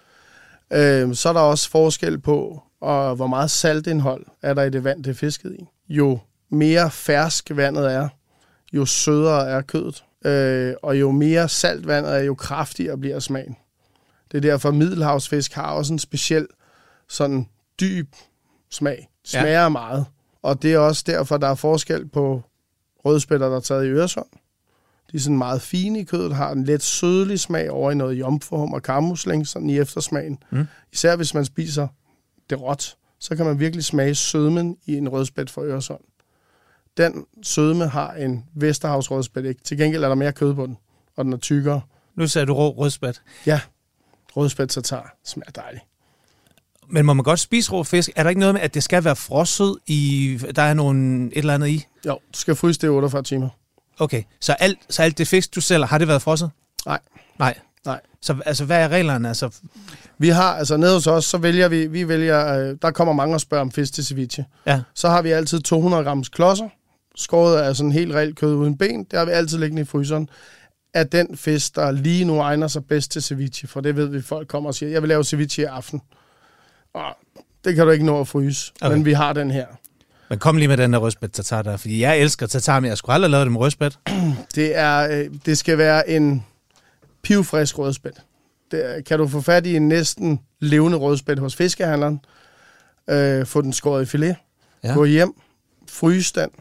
Øh, så er der også forskel på, og hvor meget saltindhold er der i det vand, det er fisket i. Jo mere fersk vandet er, jo sødere er kødet. Øh, og jo mere salt vandet er, jo kraftigere bliver smagen. Det er derfor, at middelhavsfisk har også en speciel, sådan dyb smag. Smager ja. meget. Og det er også derfor, der er forskel på rødspætter, der er taget i Øresund. De er sådan meget fine i kødet, har en let sødlig smag over i noget jomfruhum og kammusling, sådan i eftersmagen. Mm. Især hvis man spiser det råt, så kan man virkelig smage sødmen i en rødspæt fra Øresund. Den sødme har en Vesterhavsrødspæt ikke. Til gengæld er der mere kød på den, og den er tykkere. Nu sagde du rå rødspæt. Ja, rødspæt tartar smager dejligt. Men må man godt spise rå fisk? Er der ikke noget med, at det skal være frosset i... Der er nogle, et eller andet i? Jo, du skal fryse det i otteogfyrre timer. Okay, så alt, så alt det fisk, du sælger, har det været frosset? Nej. Nej? Nej. Så altså, hvad er reglerne? Altså... Vi har, altså nede hos os, så vælger vi... vi vælger, øh, der kommer mange og spørger om fisk til ceviche. Ja. Så har vi altid to hundrede grams klodser, skåret af sådan helt reelt kød uden ben. Det har vi altid liggende i fryseren. Af den fisk, der lige nu egner sig bedst til ceviche, for det ved vi, folk kommer og siger, jeg vil lave ceviche i aften. Og det kan du ikke nå at fryse, okay. Men vi har den her. Men kom lige med den der rødspæt tartar der, fordi jeg elsker tartar, men jeg skulle aldrig lave det med rødspæt. Det, er, det skal være en pivfrisk rødspæt. Det, kan du få fat i en næsten levende rødspæt hos fiskehandleren, øh, få den skåret i filet, ja. Gå hjem, fryse den,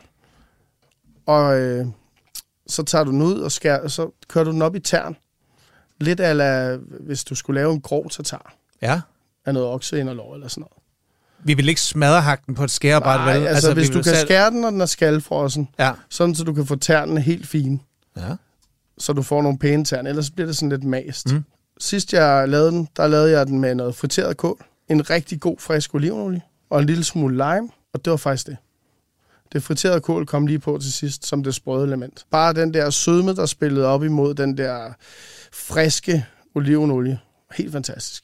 og øh, så tager du den ud og skærer, så kører du den op i tern. Lidt ala, hvis du skulle lave en grov tartar. Ja. Af noget okseinderlov eller sådan noget. Vi vil ikke smadre den på et skærebræt, vel? Nej, altså, altså hvis du kan selv... skære den, når den er skalfrossen, ja. Sådan så du kan få ternene helt fine, ja. Så du får nogle pæne tern, ellers bliver det sådan lidt mast. Mm. Sidst jeg lavede den, der lavede jeg den med noget friteret kål, en rigtig god frisk olivenolie og en lille smule lime, og det var faktisk det. Det friterede kål kom lige på til sidst, som det sprøde element. Bare den der sødme, der spillede op imod den der friske olivenolie. Helt fantastisk.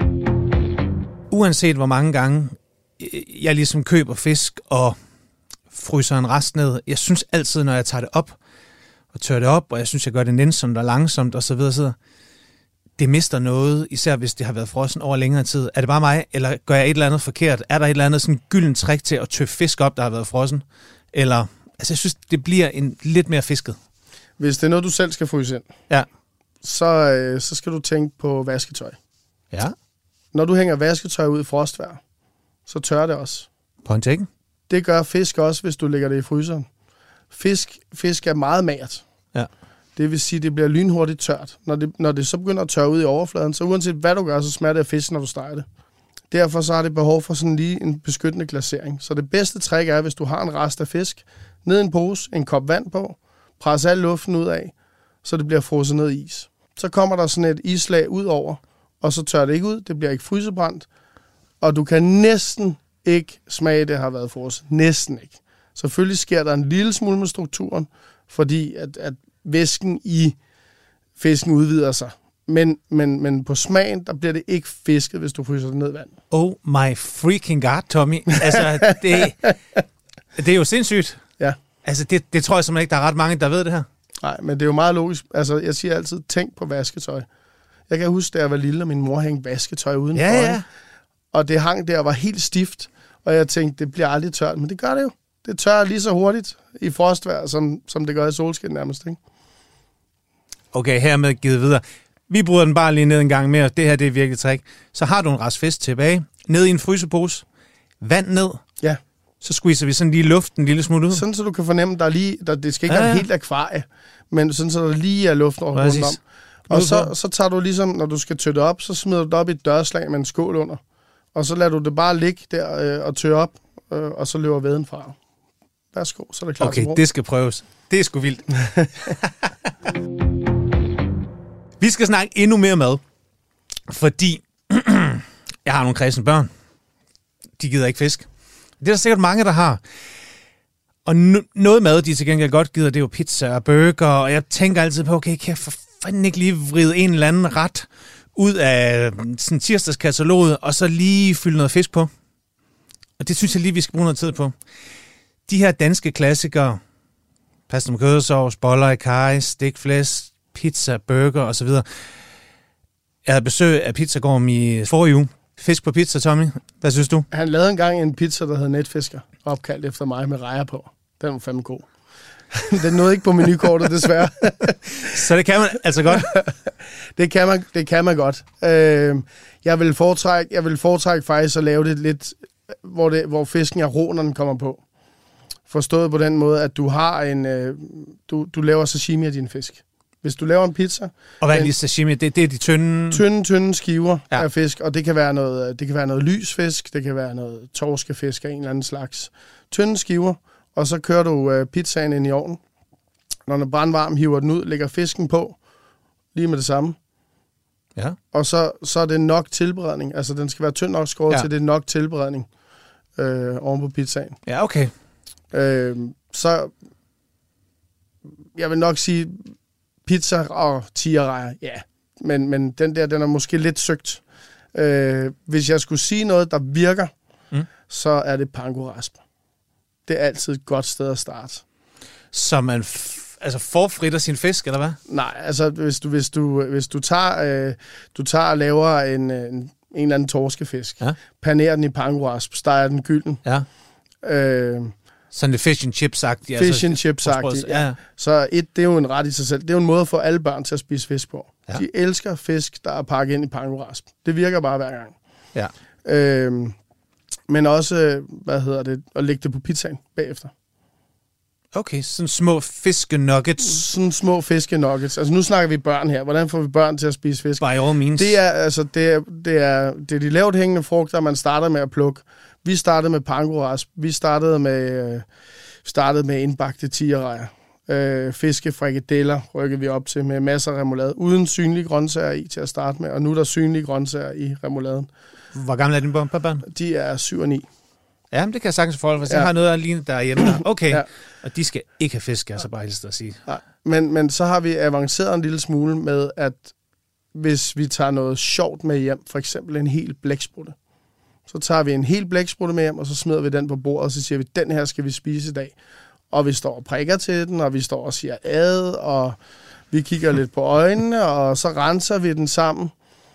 Uanset hvor mange gange jeg ligesom køber fisk og fryser en rest ned, jeg synes altid, når jeg tager det op og tørrer det op, og jeg synes, jeg gør det nænsomt og langsomt og så videre, så det mister noget, især hvis det har været frossen over længere tid. Er det bare mig, eller gør jeg et eller andet forkert? Er der et eller andet sådan gylden trick til at tøffe fisk op, der har været frossen? Eller, altså jeg synes, det bliver en lidt mere fisket. Hvis det er noget, du selv skal fryse ind, ja. så, øh, så skal du tænke på vasketøj. Ja. Når du hænger vasketøj ud i frostvejr, så tørrer det også. Point taken. Det gør fisk også, hvis du lægger det i fryseren. Fisk, fisk er meget magert. Ja. Det vil sige, at det bliver lynhurtigt tørt. Når det, når det så begynder at tørre ud i overfladen, så uanset hvad du gør, så smager det af fisk, når du steger det. Derfor så har det behov for sådan lige en beskyttende glasering. Så det bedste trick er, hvis du har en rest af fisk, ned i en pose, en kop vand på, pres al luften ud af, så det bliver frosset ned i is. Så kommer der sådan et islag ud over, og så tør det ikke ud, det bliver ikke frysebrændt, og du kan næsten ikke smage, at det har været frosset. Næsten ikke. Selvfølgelig sker der en lille smule med strukturen, fordi at, at væsken i fisken udvider sig. Men, men, men på smagen, der bliver det ikke fisket, hvis du fryser det ned i vand. Oh my freaking god, Tommy. Altså, det, det er jo sindssygt. Ja. Altså, det, det tror jeg simpelthen ikke, der er ret mange, der ved det her. Nej, men det er jo meget logisk. Altså, jeg siger altid, tænk på vasketøj. Jeg kan huske, da jeg var lille, og min mor hængte vasketøj udenfor. Ja, ja. Og det hang der og var helt stift. Og jeg tænkte, det bliver aldrig tørt. Men det gør det jo. Det tørrer lige så hurtigt i frostvejr, som, som det gør i solskin nærmest, ikke? Okay, hermed givet videre. Vi bryder den bare lige ned en gang mere. Det her, det er virkelig trick. Så har du en rest fisk tilbage. Ned i en frysepose. Vand ned. Ja. Så squeezer vi sådan lige luften en lille smule ud. Sådan, så du kan fornemme, der er lige, der, det skal ikke ja, ja. være helt akvarie, men sådan, så der lige er luft rundt om. Og så, så tager du ligesom, når du skal tøtte op, så smider du det op i et dørslag med en skål under. Og så lader du det bare ligge der øh, og tørre op, øh, og så løber væden fra. Værsgo, så er det klar okay, til brug. Okay, det skal prøves. Det er sgu vildt. Vi skal snakke endnu mere mad, fordi jeg har nogle kredsende børn. De gider ikke fisk. Det er der sikkert mange, der har. Og no- noget mad, de til gengæld godt gider, det er jo pizza og burger, og jeg tænker altid på, okay, kan jeg for fanden ikke lige vride en eller anden ret ud af sådan tirsdagskataloget, og så lige fylde noget fisk på? Og det synes jeg lige, vi skal bruge noget tid på. De her danske klassikere, pasta med kødsovs, boller i karry, stikflæsk, pizza, burger osv. Jeg havde besøg af Pizzagorm i forrige uge. Fisk på pizza, Tommy. Hvad synes du? Han lavede engang en pizza, der hed Netfisker, opkaldt efter mig med rejer på. Den var fandme god. Den nåede ikke på menukortet, desværre. Så det kan man altså godt? det, kan man, det kan man godt. Øh, jeg vil foretrække, jeg vil foretrække faktisk at lave det lidt, hvor, det, hvor fisken er rå, når den kommer på. Forstået på den måde, at du har en, øh, du, du laver sashimi af din fisk. Hvis du laver en pizza... Og hvad er lige sashimi? Det, det er de tynde... Tynde, tynde skiver ja. af fisk, og det kan være noget, det kan være noget lys fisk, det kan være noget torskefisk af en eller anden slags. Tynde skiver, og så kører du øh, pizzaen ind i ovnen. Når den er brandvarm, hiver den ud, lægger fisken på, lige med det samme. Ja. Og så, så er det nok tilberedning. Altså, den skal være tynd nok skåret ja. til, det er nok tilberedning øh, oven på pizzaen. Ja, okay. Øh, så... Jeg vil nok sige... Pizza og tigerrejer, ja. Men, men den der, den er måske lidt søgt. Øh, hvis jeg skulle sige noget, der virker, mm. så er det panko-rasp. Det er altid et godt sted at starte. Så man f- altså forfritter sin fisk, eller hvad? Nej, altså hvis du, hvis du, hvis du, tager, øh, du tager og laver en, en, en eller anden torskefisk, ja. panerer den i panko-rasp, steger den gylden. Ja. Øh, Sådan det fish and chips-agtigt. Fish altså, and chips-agtigt, ja. ja. Så et, det er jo en ret i sig selv. Det er jo en måde at få alle børn til at spise fisk på. Ja. De elsker fisk, der er pakket ind i panko-rasp. Det virker bare hver gang. Ja. Øhm, men også, hvad hedder det, at lægge det på pizzaen bagefter. Okay, sådan små fiskenuggets. Sådan små fiskenuggets. Altså nu snakker vi børn her. Hvordan får vi børn til at spise fisk? By all means. Det er, altså, det er, det er, det er de lavt hængende frugter, man starter med at plukke. Vi startede med panko-rasp. Vi startede med, øh, startede med indbagte tigerrejer. Øh, fiskefrikadeller rykkede vi op til med masser af remoulade. Uden synlige grøntsager i til at starte med. Og nu er der synlige grøntsager i remouladen. Hvor gamle er dine børn? De er syv og ni. Ja, men det kan jeg sagtens forholde, hvis ja. jeg har noget at ligne derhjemme. Der. Okay, ja. Og de skal ikke have fisk, altså bare helst at sige. Nej. Men, men så har vi avanceret en lille smule med, at hvis vi tager noget sjovt med hjem, for eksempel en hel blæksprutte, så tager vi en hel blæksprutte med hjem, og så smider vi den på bordet, og så siger vi, den her skal vi spise i dag. Og vi står og prikker til den, og vi står og siger ad, og vi kigger lidt på øjnene, og så renser vi den sammen.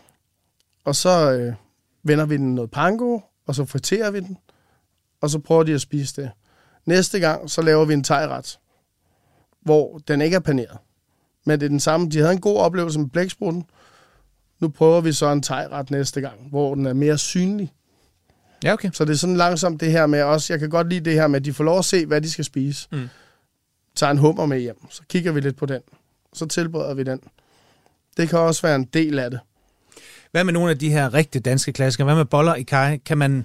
Og så øh, vender vi den noget panko, og så friterer vi den, og så prøver de at spise det. Næste gang, så laver vi en thai-ret, hvor den ikke er paneret. Men det er den samme. De havde en god oplevelse med blæksprutten. Nu prøver vi så en thai-ret næste gang, hvor den er mere synlig. Ja, okay. Så det er sådan langsomt det her med også, jeg kan godt lide det her med, at de får lov at se, hvad de skal spise. Mm. Tager en hummer med hjem, så kigger vi lidt på den. Så tilbereder vi den. Det kan også være en del af det. Hvad med nogle af de her rigtig danske klassikere? Hvad med boller i karry? Kan man...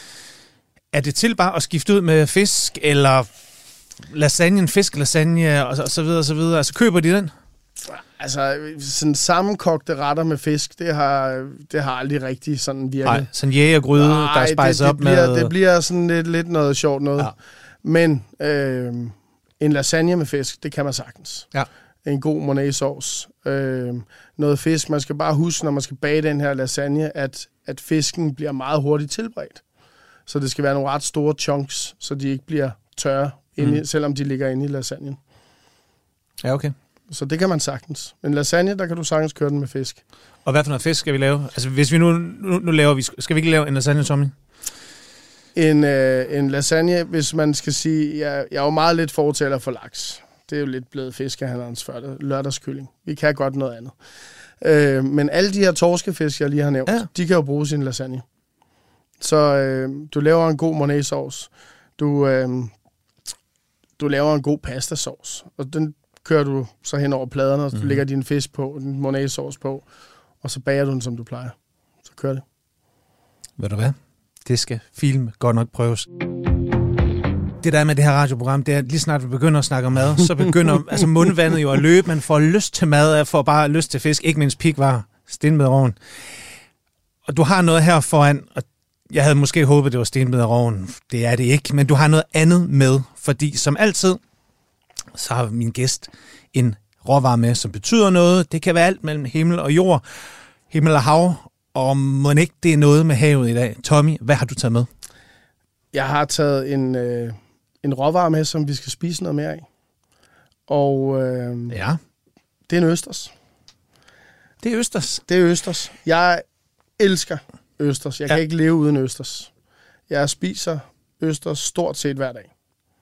Er det til bare at skifte ud med fisk, eller lasagne, fisk-lasagne, og så videre, og så videre? Altså, køber de den? Altså, sådan sammenkogte retter med fisk, det har, det har aldrig rigtig sådan virket. Nej, sådan jægergryde, der er spice op bliver, med... det bliver sådan lidt, lidt noget sjovt noget. Ja. Men øh, en lasagne med fisk, det kan man sagtens. Ja. En god mornay-sauce. Øh, noget fisk, man skal bare huske, når man skal bage den her lasagne, at, at fisken bliver meget hurtigt tilberedt. Så det skal være nogle ret store chunks, så de ikke bliver tørre, mm. inde, selvom de ligger inde i lasagnen. Ja, okay. Så det kan man sagtens. Men lasagne, der kan du sagtens køre den med fisk. Og hvad for noget fisk skal vi lave? Altså, hvis vi nu, nu, nu laver vi... Skal vi ikke lave en lasagne, Tommy? En, øh, en lasagne, hvis man skal sige... Jeg, jeg er jo meget lidt fortaler for laks. Det er jo lidt blevet fiskehandlerens lørdagskylling. Vi kan godt noget andet. Øh, men alle de her torskefisk, jeg lige har nævnt, ja. de kan jo bruges i en lasagne. Så øh, du laver en god mornay-sauce. Du, øh, du laver en god pastasauce, og den kører du så hen over pladerne, og du mm. lægger din fisk på, din mornadesauce på, og så bager du den, som du plejer. Så kører det. Ved du hvad? Det skal film godt nok prøves. Det der med det her radioprogram, det er, lige snart vi begynder at snakke om mad, så begynder altså mundvandet jo at løbe. Man får lyst til mad, og får bare lyst til fisk. Ikke mindst pikvarer, stenbiderroven. Og du har noget her foran, og jeg havde måske håbet, det var stenbiderroven. Det er det ikke, men du har noget andet med. Fordi som altid, så har min gæst en råvare med, som betyder noget. Det kan være alt mellem himmel og jord, himmel og hav, og må ikke det er noget med havet i dag. Tommy, hvad har du taget med? Jeg har taget en, øh, en råvare med, som vi skal spise noget mere af. Og øh, ja. Det er en østers. Det er østers? Det er østers. Jeg elsker østers. Jeg ja. kan ikke leve uden østers. Jeg spiser østers stort set hver dag.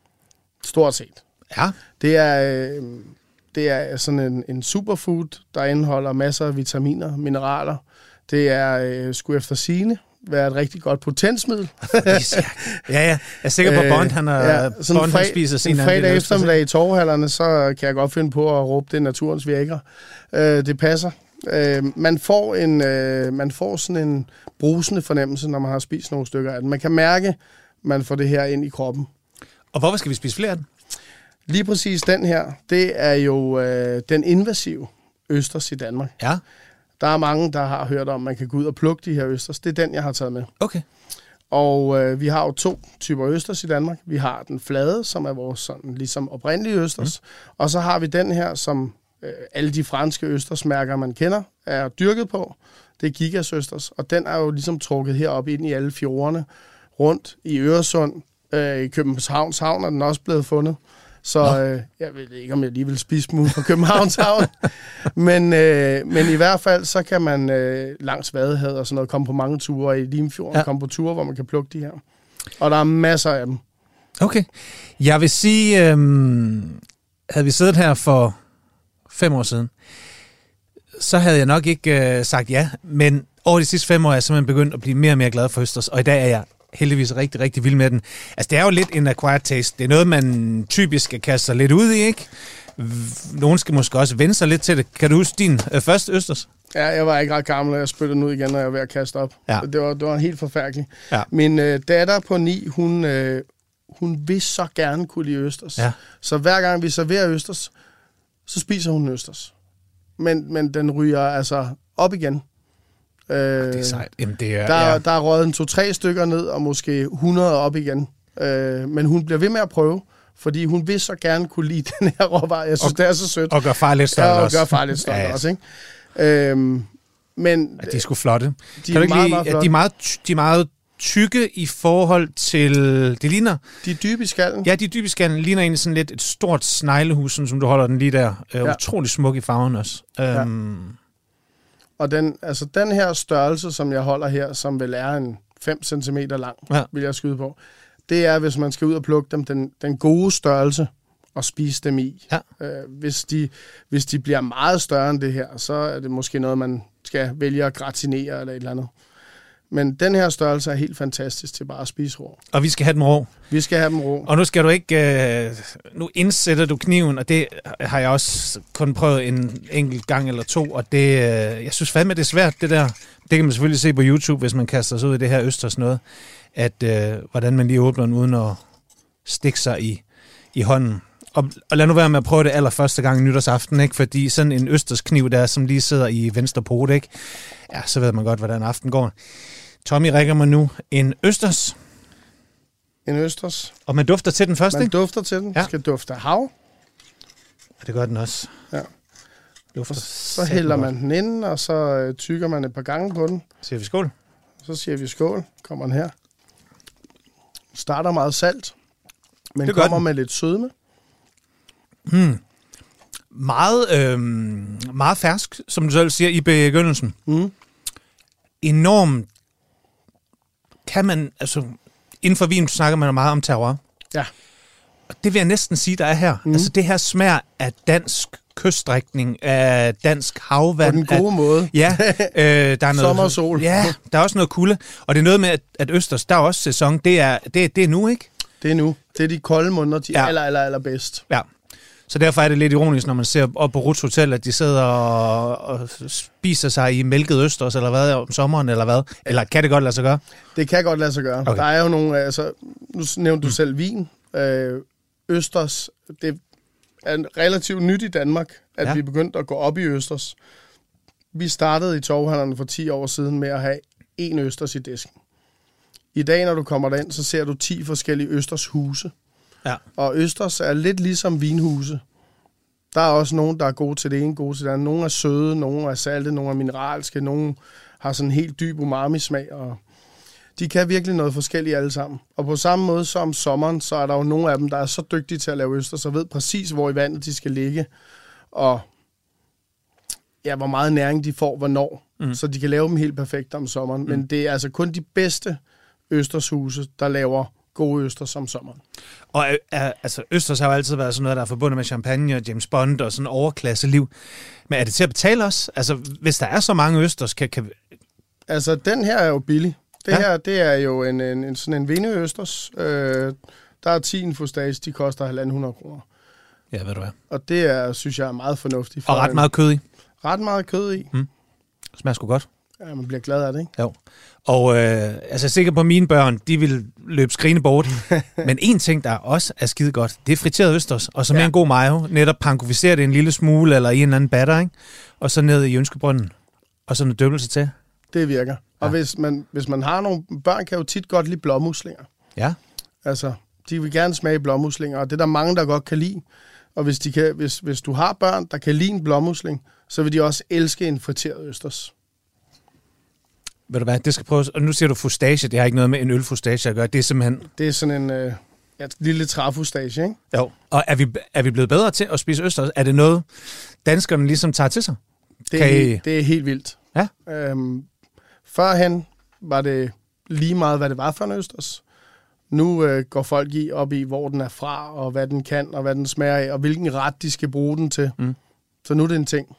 Stort set. Ja. Det er, øh, det er sådan en, en superfood, der indeholder masser af vitaminer, mineraler. Det er øh, sgu efter sigende være et rigtig godt potensmiddel. ja, ja. Jeg er sikker på, at Bond, han, er, ja, Bond, han spiser sin... En fredag eftermiddag i torvehallerne, så kan jeg godt finde på at råbe, det er naturens vækker. Øh, det passer. Øh, man, får en, øh, man får sådan en brusende fornemmelse, når man har spist nogle stykker af den. Man kan mærke, man får det her ind i kroppen. Og hvorfor skal vi spise flere af den? Lige præcis den her, det er jo øh, den invasive østers i Danmark. Ja. Der er mange, der har hørt om, at man kan gå ud og plukke de her østers. Det er den, jeg har taget med. Okay. Og øh, vi har jo to typer østers i Danmark. Vi har den flade, som er vores sådan, ligesom oprindelige østers. Mm. Og så har vi den her, som øh, alle de franske østersmærker, man kender, er dyrket på. Det er Gigas østers. Og den er jo ligesom trukket herop ind i alle fjordene. Rundt i Øresund, øh, i Københavns Havn er den også blevet fundet. Så øh, jeg ved ikke, om jeg lige vil spise dem ud på Københavns Havn. men, øh, men i hvert fald, så kan man øh, langs Vadehavet og sådan noget komme på mange ture i Limfjorden. Ja. Komme på ture, hvor man kan plukke de her. Og der er masser af dem. Okay. Jeg vil sige, øh, havde vi siddet her for fem år siden, så havde jeg nok ikke øh, sagt ja. Men over de sidste fem år er jeg simpelthen begyndt at blive mere og mere glad for østers. Og i dag er jeg heldigvis rigtig, rigtig vild med den. Altså, det er jo lidt en acquired taste. Det er noget, man typisk skal kaste sig lidt ud i, ikke? Nogen skal måske også vende sig lidt til det. Kan du huske din øh, første østers? Ja, jeg var ikke ret gammel, og jeg spyttede den ud igen, når jeg var ved at kaste op. Ja. Det var, det var helt forfærdeligt. Ja. Min øh, datter på ni, hun, øh, hun vil så gerne kunne lide østers. Ja. Så hver gang vi serverer østers, så spiser hun østers. Men, men den ryger altså op igen. Øh, det er sejt. Jamen, det er, der, ja. der er røget en to-tre stykker ned, og måske hundrede op igen. Øh, men hun bliver ved med at prøve, fordi hun vil så gerne kunne lide den her råvare. Jeg synes, og, det er så sødt. Og gør far lidt stolt ja, og også. Og gør far lidt stolt ja, ja. også, ikke? Øhm, men, ja, de er sgu flotte. De er, meget, lide, meget flotte. De er meget, de er meget tykke i forhold til... Det ligner... De er dybe i skallen. Ja, de er dybe i skallen. Ligner egentlig sådan lidt et stort sneglehus, som du holder den lige der. Øh, ja. Utrolig smuk i farven også. Ja. Øhm, Og den, altså den her størrelse, som jeg holder her, som vel er en fem centimeter lang, ja. vil jeg skyde på, det er, hvis man skal ud og plukke dem, den, den gode størrelse og spise dem i. Ja. Øh, hvis, de, hvis de bliver meget større end det her, så er det måske noget, man skal vælge at gratinere eller et eller andet. Men den her størrelse er helt fantastisk til bare at spise rå. Og vi skal have dem rå. Vi skal have dem rå. Og nu skal du ikke... Øh, nu indsætter du kniven, og det har jeg også kun prøvet en enkelt gang eller to, og det... Øh, jeg synes fandme, det er svært, det der. Det kan man selvfølgelig se på YouTube, hvis man kaster sig ud i det her østers noget, at øh, hvordan man lige åbner den, uden at stikke sig i, i hånden. Og, og lad nu være med at prøve det allerførste gang nytårsaften, ikke? Fordi sådan en østerskniv der, som lige sidder i venstre pote, ikke? Ja, så ved man godt, hvordan aften går. Tommy rækker mig nu en østers. En østers. Og man dufter til den først, man ikke? Man dufter til den. Ja. Skal dufte af hav. Og det gør den også. Ja. Dufter. Så hælder man den ind, og så øh, tykker man et par gange på den. Siger vi skål? Så siger vi skål. Kommer den her. Starter meget salt, men det kommer den. med lidt sødme. Hmm. Meget, øh, meget fersk, som du selv siger, i begyndelsen. Mm. Enormt kan man, altså inden for vin snakker man meget om terroir. Ja. Og det vil jeg næsten sige, der er her. Mm. Altså det her smager af dansk kyststrækning, af dansk havvand. På den gode at, måde. Ja. Øh, der er noget, sommersol. Ja, der er også noget kulde. Og det er noget med, at, at østers, der er også sæson. Det er, det, det er nu, ikke? Det er nu. Det er de kolde måneder, de ja. aller, aller, aller bedst. Ja. Så derfor er det lidt ironisk, når man ser op på Ruths Hotel, at de sidder og, og spiser sig i mælket østers, eller hvad, om sommeren, eller hvad? Eller kan det godt lade sig gøre? Det kan godt lade sig gøre. Okay. Der er jo nogle, altså, nu nævnte du mm. selv vin. Øh, østers, det er relativt nyt i Danmark, at ja. vi begyndte at gå op i østers. Vi startede i torvhandlerne for ti år siden med at have én østers i disken. I dag, når du kommer derind, så ser du ti forskellige østers huse. Ja. Og østers er lidt ligesom vinhuse. Der er også nogen, der er gode til det ene, gode til det andet. Nogle er søde, nogle er salte, nogle er mineralske, nogle har sådan en helt dyb umami-smag. Og de kan virkelig noget forskelligt alle sammen. Og på samme måde som om sommeren, så er der jo nogle af dem, der er så dygtige til at lave østers, og ved præcis, hvor i vandet de skal ligge. Og ja, hvor meget næring de får, hvornår. Mm. Så de kan lave dem helt perfekt om sommeren. Mm. Men det er altså kun de bedste østershuse, der laver gode østers om sommeren. Og er, altså, østers har jo altid været sådan noget, der er forbundet med champagne og James Bond og sådan overklasseliv. Men er det til at betale os? Altså, hvis der er så mange østers, kan... kan... Altså, den her er jo billig. Det ja. her, det er jo en, en, en sådan en vindeøsters. Øh, der er ti en fustage, de koster halvanden hundrede kroner. Ja, ved du hvad. Og det er, synes jeg, er meget fornuftigt. Og ret en, meget kød i. Ret meget kød i. Mm. Smager sgu godt. Ja, man bliver glad af det, ikke? Jo. Og øh, altså, jeg er sikker på, at mine børn, de vil løbe skrigende bort. Men en ting, der også er skide godt, det er friteret østers. Og så med ja. en god mayo, netop pankoficere det en lille smule, eller i en eller anden batter, ikke? Og så ned i ønskebrønden. Og så noget døbelse til. Det virker. Ja. Og hvis man, hvis man har nogle... Børn kan jo tit godt lide blåmuslinger. Ja. Altså, de vil gerne smage blåmuslinger, og det er der mange, der godt kan lide. Og hvis, de kan, hvis, hvis du har børn, der kan lide en blåmusling, så vil de også elske en friteret østers. Ved du hvad, det skal prøves. Og nu siger du fustage, det har ikke noget med en ølfustage at gøre. Det er simpelthen... Det er sådan en øh, ja, lille træfustage, ikke? Jo. Og er vi, er vi blevet bedre til at spise østers? Er det noget, danskerne ligesom tager til sig? Det er, helt, det er helt vildt. Ja. Øhm, førhen var det lige meget, hvad det var for en østers. Nu øh, går folk i op i, hvor den er fra, og hvad den kan, og hvad den smager af, og hvilken ret de skal bruge den til. Mm. Så nu er det en ting.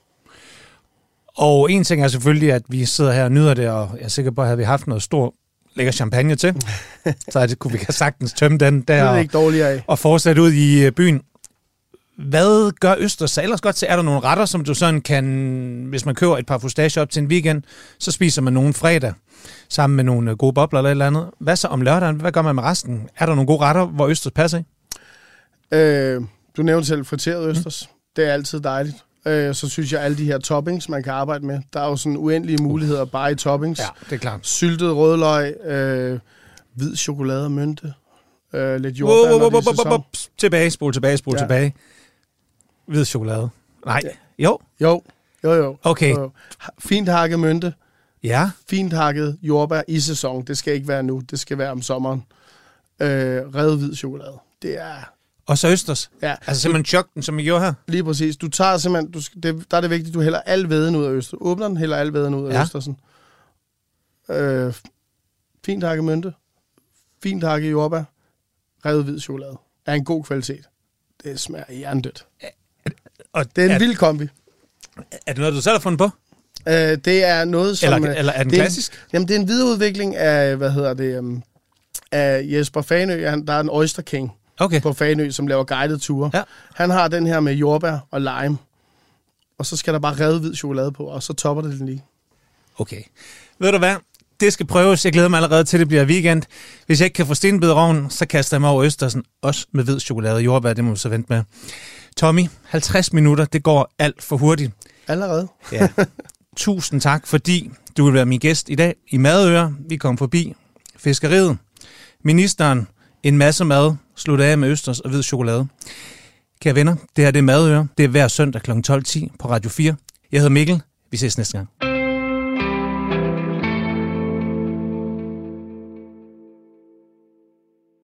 Og en ting er selvfølgelig, at vi sidder her og nyder det, og jeg er sikker på, at havde vi haft noget stor lækker champagne til, så det, kunne vi sagtens tømme den der det er ikke dårligere af. Og fortsætte ud i byen. Hvad gør østers så ellers godt til? Er der nogle retter, som du sådan kan, hvis man køber et par fustager op til en weekend, så spiser man nogle fredag sammen med nogle gode bobler eller et eller andet. Hvad så om lørdagen? Hvad gør man med resten? Er der nogle gode retter, hvor østers passer i? Øh, du nævnte selv friteret østers. Mm. Det er altid dejligt. Øh, så synes jeg, alle de her toppings, man kan arbejde med, der er jo sådan uendelige muligheder bare i toppings. Ja, det er klart. Syltet rødløg, øh, hvid chokolade og mynte, øh, lidt jordbær, wow, wow, wow, wow, wow, tilbage, spol tilbage, spol ja. tilbage. Hvid chokolade. Nej, ja. jo. Jo, jo, jo. Okay. Jo, jo. Fint hakket mynte. Ja. Fint hakket jordbær i sæson. Det skal ikke være nu, det skal være om sommeren. Øh, revet hvid chokolade. Det er... Og så østers? Ja. Altså simpelthen chok den, som vi gjorde her? Lige præcis. Du tager simpelthen... Du skal, det, der er det vigtigt, at du hælder al væden ud af østers. Åbner den, hælder al væden ud af ja. østersen. Øh, fint hakket mynte. Fint hakket jordbær. Revet hvid chokolade. Er en god kvalitet. Det smager hjernedødt. Og det er en er, vild kombi. Er det noget, du selv har fundet på? Øh, det er noget, som... Eller, eller er den det er, klassisk? Jamen, det er en videreudvikling af, hvad hedder det, um, af Jesper Fanø. Han, der er en Oyster King okay. på Fanø, som laver guided ture. Ja. Han har den her med jordbær og lime. Og så skal der bare revet hvid chokolade på, og så topper det den lige. Okay. Ved du hvad? Det skal prøves. Jeg glæder mig allerede til, det bliver weekend. Hvis jeg ikke kan få stenbiderovnen, så kaster jeg mig over østersen. Også med hvid chokolade og jordbær, det må vi så vente med. Tommy, halvtreds minutter, det går alt for hurtigt. Allerede? Ja. Tusind tak, fordi du vil være min gæst i dag i Madøre. Vi kom forbi fiskeriet. Ministeren, en masse mad, slutter af med østers og hvid chokolade. Kære venner, det her det er Madøre. Det er hver søndag klokken tolv ti på Radio fire. Jeg hedder Mikkel. Vi ses næste gang.